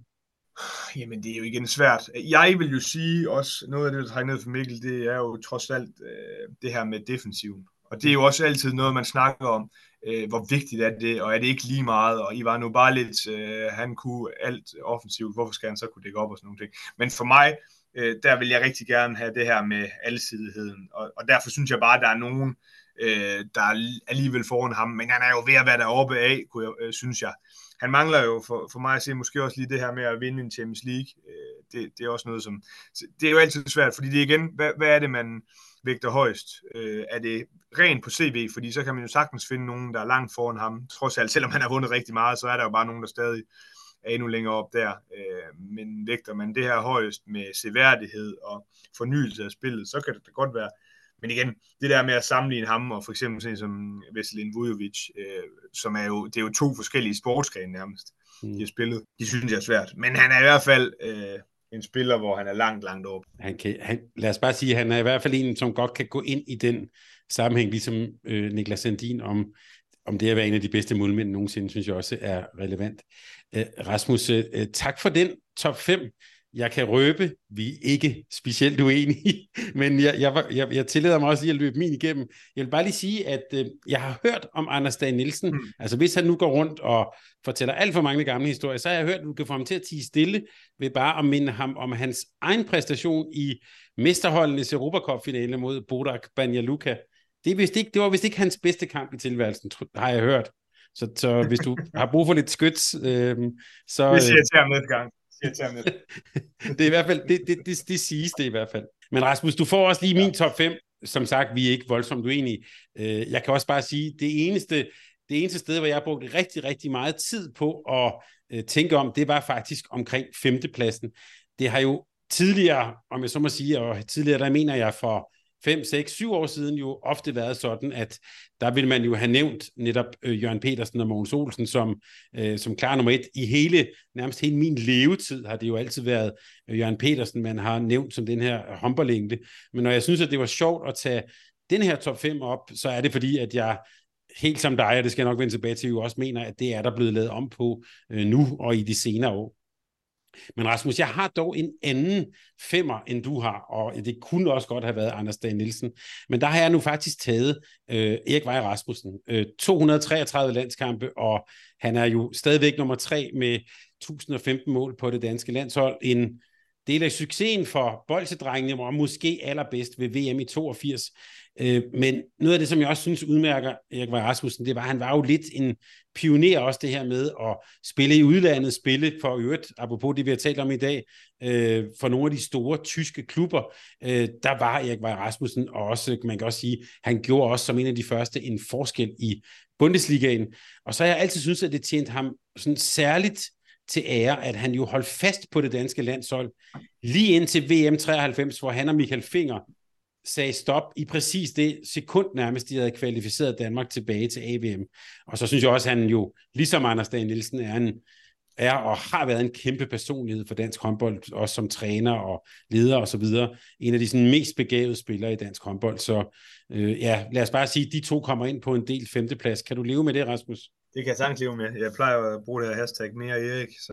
Jamen, det er jo igen svært. Jeg vil jo sige også, noget af det, der trækker ned for Mikkel, det er jo trods alt øh, det her med defensiven. Og det er jo også altid noget, man snakker om, øh, hvor vigtigt er det, og er det ikke lige meget, og I var nu bare lidt, øh, han kunne alt offensivt, hvorfor skal han så kunne dække op og sådan nogle ting. Men for mig, øh, der vil jeg rigtig gerne have det her med alsidigheden, og, og derfor synes jeg bare, at der er nogen, øh, der er alligevel foran ham, men han er jo ved at være deroppe af, kunne jeg, øh, synes jeg. Han mangler jo for, for mig at se måske også lige det her med at vinde en Champions League. Øh, det, det er også noget, som... Det er jo altid svært, fordi det er igen, hvad, hvad er det, man vægter højst? Øh, er det rent på C V? Fordi så kan man jo sagtens finde nogen, der er langt foran ham. Trods alt, selvom han har vundet rigtig meget, så er der jo bare nogen, der stadig er endnu længere op der. Øh, men vægter man det her højst med seværdighed og fornyelse af spillet, så kan det da godt være. Men igen, det der med at sammenligne ham og for eksempel sådan som Veselin Vujovic, øh, som er jo, det er jo to forskellige sportsgrene nærmest, mm. de har spillet. De synes jeg er svært. Men han er i hvert fald øh, en spiller, hvor han er langt, langt op. Han kan, han, lad os bare sige, at han er i hvert fald en, som godt kan gå ind i den sammenhæng, ligesom øh, Niklas Landin, om, om det at være en af de bedste målmænd nogensinde, synes jeg også er relevant. Øh, Rasmus, øh, tak for den top fem. Jeg kan røbe, vi er ikke specielt uenige, men jeg, jeg, jeg, jeg tillader mig også lige at løbe min igennem. Jeg vil bare lige sige, at øh, jeg har hørt om Anders Dage Nielsen. Mm. Altså hvis han nu går rundt og fortæller alt for mange gamle historier, så har jeg hørt, at du kan få ham til at tie stille ved bare at minde ham om hans egen præstation i mesterholdenes Europa Cup-finale mod Bodak Banja Luka. Det, vist ikke, det var vist ikke hans bedste kamp i tilværelsen, har jeg hørt. Så, så hvis du har brug for lidt skyts, øh, så... Det siger jeg til ham næste gang. Det er i hvert fald, det, det, det, det siges det i hvert fald. Men Rasmus, du får også lige min top fem. Som sagt, vi er ikke voldsomt uenige. Jeg kan også bare sige, det eneste, det eneste sted, hvor jeg brugte rigtig, rigtig meget tid på at øh, tænke om, det var faktisk omkring femtepladsen. Det har jo tidligere, om jeg så må sige, og tidligere, der mener jeg for fem, seks, syv år siden jo ofte været sådan, at der ville man jo have nævnt netop øh, Jørgen Petersen og Mogens Olsen som, øh, som klar nummer et. I hele, nærmest hele min levetid har det jo altid været øh, Jørgen Petersen, man har nævnt som den her håndboldlængde. Men når jeg synes, at det var sjovt at tage den her top fem op, så er det fordi, at jeg helt som dig, og det skal jeg nok vende tilbage til, jo også mener, at det er der blevet lavet om på øh, nu og i de senere år. Men Rasmus, jeg har dog en anden femmer, end du har, og det kunne også godt have været Anders Dage Nielsen. Men der har jeg nu faktisk taget øh, Erik Weihe Rasmussen. Øh, to hundrede og treogtredive landskampe, og han er jo stadigvæk nummer tre med tusind og femten mål på det danske landshold. En del af succesen for bolsedrengene, og måske allerbedst ved V M i toogfirs. Øh, men noget af det, som jeg også synes udmærker Erik Weihe Rasmussen, det var, at han var jo lidt en pioner også det her med at spille i udlandet, spille for øvrigt, apropos det vi har talt om i dag, øh, for nogle af de store tyske klubber, øh, der var Erik Weihe Rasmussen, og også, man kan også sige, han gjorde også som en af de første en forskel i Bundesligaen. Og så har jeg altid synes, at det tjente ham sådan særligt til ære, at han jo holdt fast på det danske landshold, lige indtil V M treoghalvfems, hvor han og Michael Finger sagde stop i præcis det sekund nærmest, de havde kvalificeret Danmark tilbage til A V M. Og så synes jeg også, at han jo, ligesom Anders Dage Nielsen, er, en, er og har været en kæmpe personlighed for dansk håndbold, også som træner og leder og så videre. En af de sådan, mest begavede spillere i dansk håndbold. Så øh, ja, lad os bare sige, at de to kommer ind på en del femteplads. Kan du leve med det, Rasmus? Det kan jeg sagtens leve med. Jeg plejer at bruge det her hashtag mere Erik, så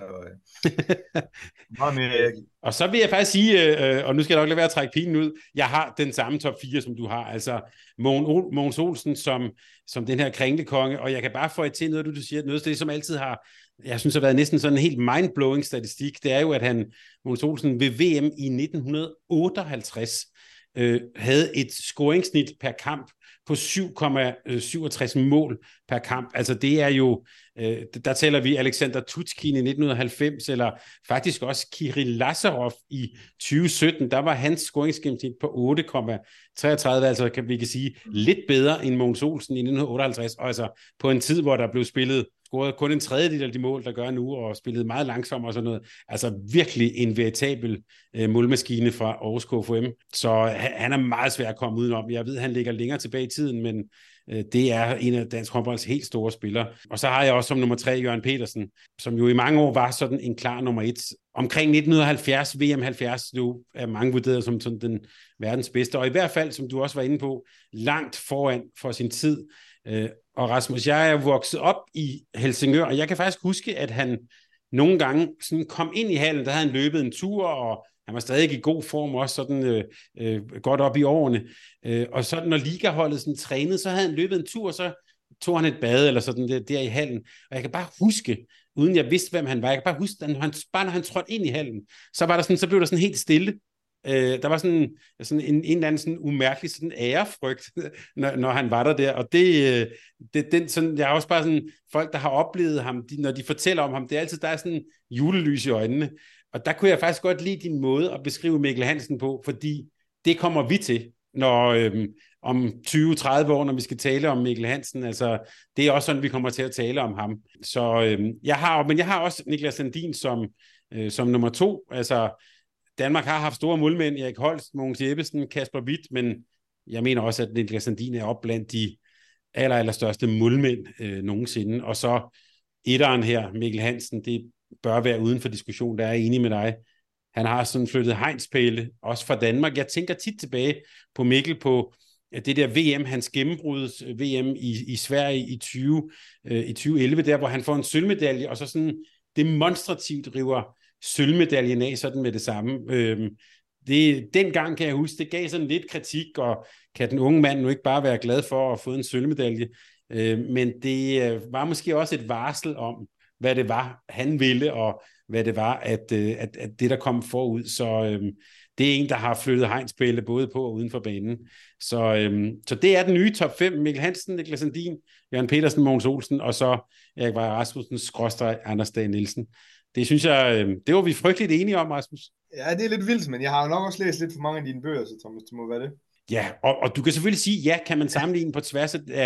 meget mere Erik. Og så vil jeg faktisk sige, øh, og nu skal jeg nok lade være at trække pilen ud, jeg har den samme top fire, som du har. Altså Mogens Olsen som, som den her kringlekonge, og jeg kan bare få til noget, du siger, noget af det, som altid har, jeg synes har været næsten sådan en helt mindblowing statistik, det er jo, at han, Mogens Olsen ved V M i nitten otteoghalvtreds øh, havde et scoringsnit per kamp på syv komma syvogtres mål per kamp. Altså det er jo, øh, der tæller vi Alexander Tutskin i nitten halvfems, eller faktisk også Kirill Lazarov i tyve sytten, der var hans scoringsgennemsnit på otte komma treogtredive, altså kan vi kan sige lidt bedre end Mogens Olsen i nitten otteoghalvtreds, og altså på en tid, hvor der blev spillet scorede kun en tredjedel af de mål, der gør nu, og spillede meget langsomt og sådan noget. Altså virkelig en veritabel øh, målmaskine fra Aarhus K F U M. Så han, han er meget svær at komme udenom. Jeg ved, han ligger længere tilbage i tiden, men øh, det er en af dansk håndbolds helt store spillere. Og så har jeg også som nummer tre Jørgen Petersen, som jo i mange år var sådan en klar nummer et. Omkring nitten halvfjerds, V M halvfjerds, nu er mange vurderet som sådan den verdens bedste, og i hvert fald, som du også var inde på, langt foran for sin tid. Øh, Og Rasmus, jeg er vokset op i Helsingør, og jeg kan faktisk huske, at han nogle gange sådan kom ind i hallen, der havde han løbet en tur, og han var stadig i god form, også sådan øh, øh, godt op i årene. Øh, og så når ligaholdet sådan trænede, så havde han løbet en tur, og så tog han et bad eller sådan der, der i hallen. Og jeg kan bare huske, uden jeg vidste, hvem han var, jeg kan bare huske, at han, bare når han trådte ind i hallen, så, var der sådan, så blev der sådan helt stille. Øh, der var sådan, sådan en, en eller anden sådan umærkelig sådan ærefrygt, når, når han var der der, og det, det den sådan, jeg har også bare sådan, folk der har oplevet ham, de, når de fortæller om ham, det er altid, der er sådan julelys i øjnene, og der kunne jeg faktisk godt lide din måde at beskrive Mikkel Hansen på, fordi det kommer vi til, når øhm, om tyve til tredive år, når vi skal tale om Mikkel Hansen, altså det er også sådan, vi kommer til at tale om ham. Så øhm, jeg har, men jeg har også Niklas Sandin som, øh, som nummer to, altså Danmark har haft store målmænd, Erik Holst, Mogens Jeppesen, Kasper Witt, men jeg mener også, at Niklas Sandin er op blandt de aller, aller største målmænd øh, nogensinde. Og så etteren her, Mikkel Hansen, det bør være uden for diskussion, der er jeg enig med dig. Han har sådan flyttet hegnspæle, også fra Danmark. Jeg tænker tit tilbage på Mikkel, på det der V M, hans gennembruds V M i, i Sverige i, tyve, øh, i tyve elleve, der hvor han får en sølvmedalje, og så sådan demonstrativt river sølvmedaljen af sådan med det samme. Øhm, det, dengang kan jeg huske, det gav sådan lidt kritik, og kan den unge mand nu ikke bare være glad for at få en sølvmedalje, øhm, men det øh, var måske også et varsel om, hvad det var, han ville, og hvad det var, at, øh, at, at det, der kom forud. Så øhm, det er en, der har flyttet hegnspæle både på og uden for banen. Så, øhm, så det er den nye top fem. Mikkel Hansen, Niklas Sandin, Jørgen Petersen, Mogens Olsen, og så Erik Weihe Rasmussen, skråstreg Anders Dage Nielsen. Det synes jeg, det var vi frygteligt enige om, Rasmus. Ja, det er lidt vildt, men jeg har jo nok også læst lidt for mange af dine bøger, så Thomas, det må være det. Ja, og, og du kan selvfølgelig sige, ja, kan man sammenligne på tværs af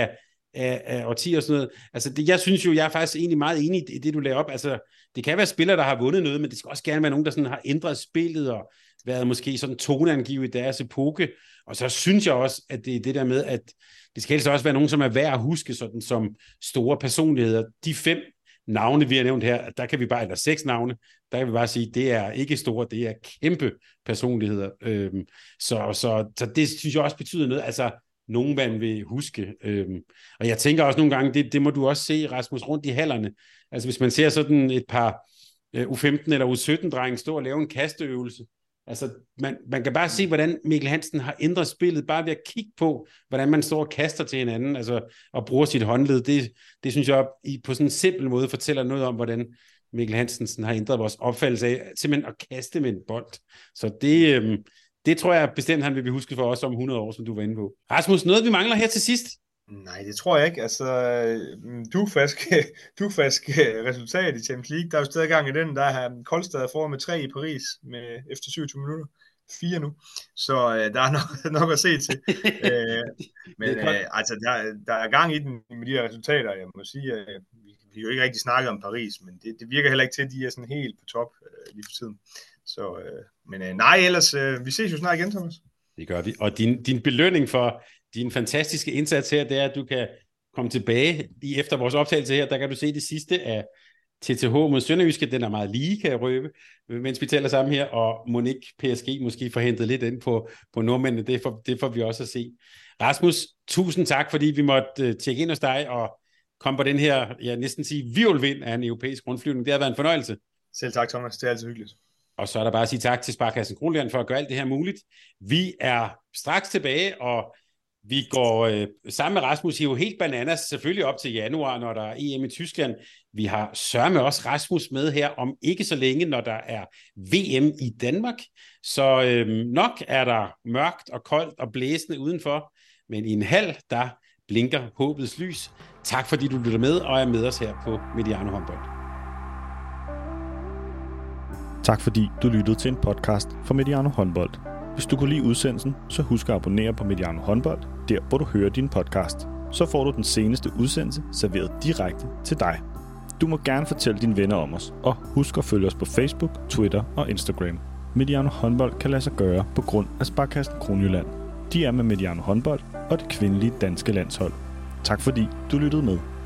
af, af årtier og sådan noget. Altså, det, jeg synes jo, jeg er faktisk egentlig meget enig i det, du lader op. Altså, det kan være spillere, der har vundet noget, men det skal også gerne være nogen, der sådan har ændret spillet og været måske sådan toneangivet i deres epoke. Og så synes jeg også, at det er det der med, at det skal altså også være nogen, som er værd at huske sådan som store personligheder. De fem navne, vi har nævnt her, der kan vi bare, eller seks navne, der kan vi bare sige, det er ikke store, det er kæmpe personligheder. Øhm, så, så, så det synes jeg også betyder noget, altså nogen man vil huske. Øhm, og jeg tænker også nogle gange, det, det må du også se, Rasmus, rundt i hallerne. Altså hvis man ser sådan et par uh, U femten eller U sytten-drenge stå og lave en kasteøvelse, altså man, man kan bare se, hvordan Mikkel Hansen har ændret spillet, bare ved at kigge på, hvordan man står og kaster til hinanden, altså og bruger sit håndled. Det, det synes jeg på sådan en simpel måde fortæller noget om, hvordan Mikkel Hansen har ændret vores opfattelse af simpelthen at kaste med en bold. Så det, øhm, det tror jeg bestemt, han vil blive husket for os om hundrede år, som du var inde på. Rasmus, noget vi mangler her til sidst? Nej, det tror jeg ikke. Altså, dugfrisk, dugfrisk resultat i Champions League. Der er jo stadig gang i den, der har Koldstad foran med tre i Paris med, efter syvogtyve minutter. Fire nu. Så øh, der er nok, nok at se til. øh, men øh, altså, der, der er gang i den med de her resultater. Jeg må sige, øh, vi, vi har jo ikke rigtig snakket om Paris, men det, det virker heller ikke til, at de er sådan helt på top øh, lige for tiden. Så, øh, men øh, nej, ellers, øh, vi ses jo snart igen, Thomas. Det gør vi. Og din, din belønning for din fantastiske indsats her, det er, at du kan komme tilbage lige efter vores optagelse her. Der kan du se det sidste af T T H mod Sønderjyske. Den er meget lige, kan jeg røbe, mens vi taler sammen her. Og Monique P S G måske får hentet lidt ind på, på nordmændene. Det får, det får vi også at se. Rasmus, tusind tak, fordi vi måtte tjekke ind hos dig og komme på den her, jeg næsten sige, virvelvind af en europæisk rundflyvning. Det har været en fornøjelse. Selv tak, Thomas. Det er altid hyggeligt. Og så er der bare at sige tak til Sparkassen Kronjylland for at gøre alt det her muligt. Vi er straks tilbage, og vi går øh, sammen med Rasmus jo helt bananas, selvfølgelig op til januar, når der er E M i Tyskland. Vi har sørme også Rasmus med her om ikke så længe, når der er V M i Danmark. Så øh, nok er der mørkt og koldt og blæsende udenfor, men i en hal, der blinker håbets lys. Tak fordi du lytter med og er med os her på Mediano Håndbold. Tak fordi du lyttede til en podcast fra Mediano Håndbold. Hvis du kunne lide udsendelsen, så husk at abonnere på Mediano Håndbold, der hvor du hører din podcast. Så får du den seneste udsendelse serveret direkte til dig. Du må gerne fortælle dine venner om os, og husk at følge os på Facebook, Twitter og Instagram. Mediano Håndbold kan lade sig gøre på grund af Sparkassen Kronjylland. De er med Mediano Håndbold og det kvindelige danske landshold. Tak fordi du lyttede med.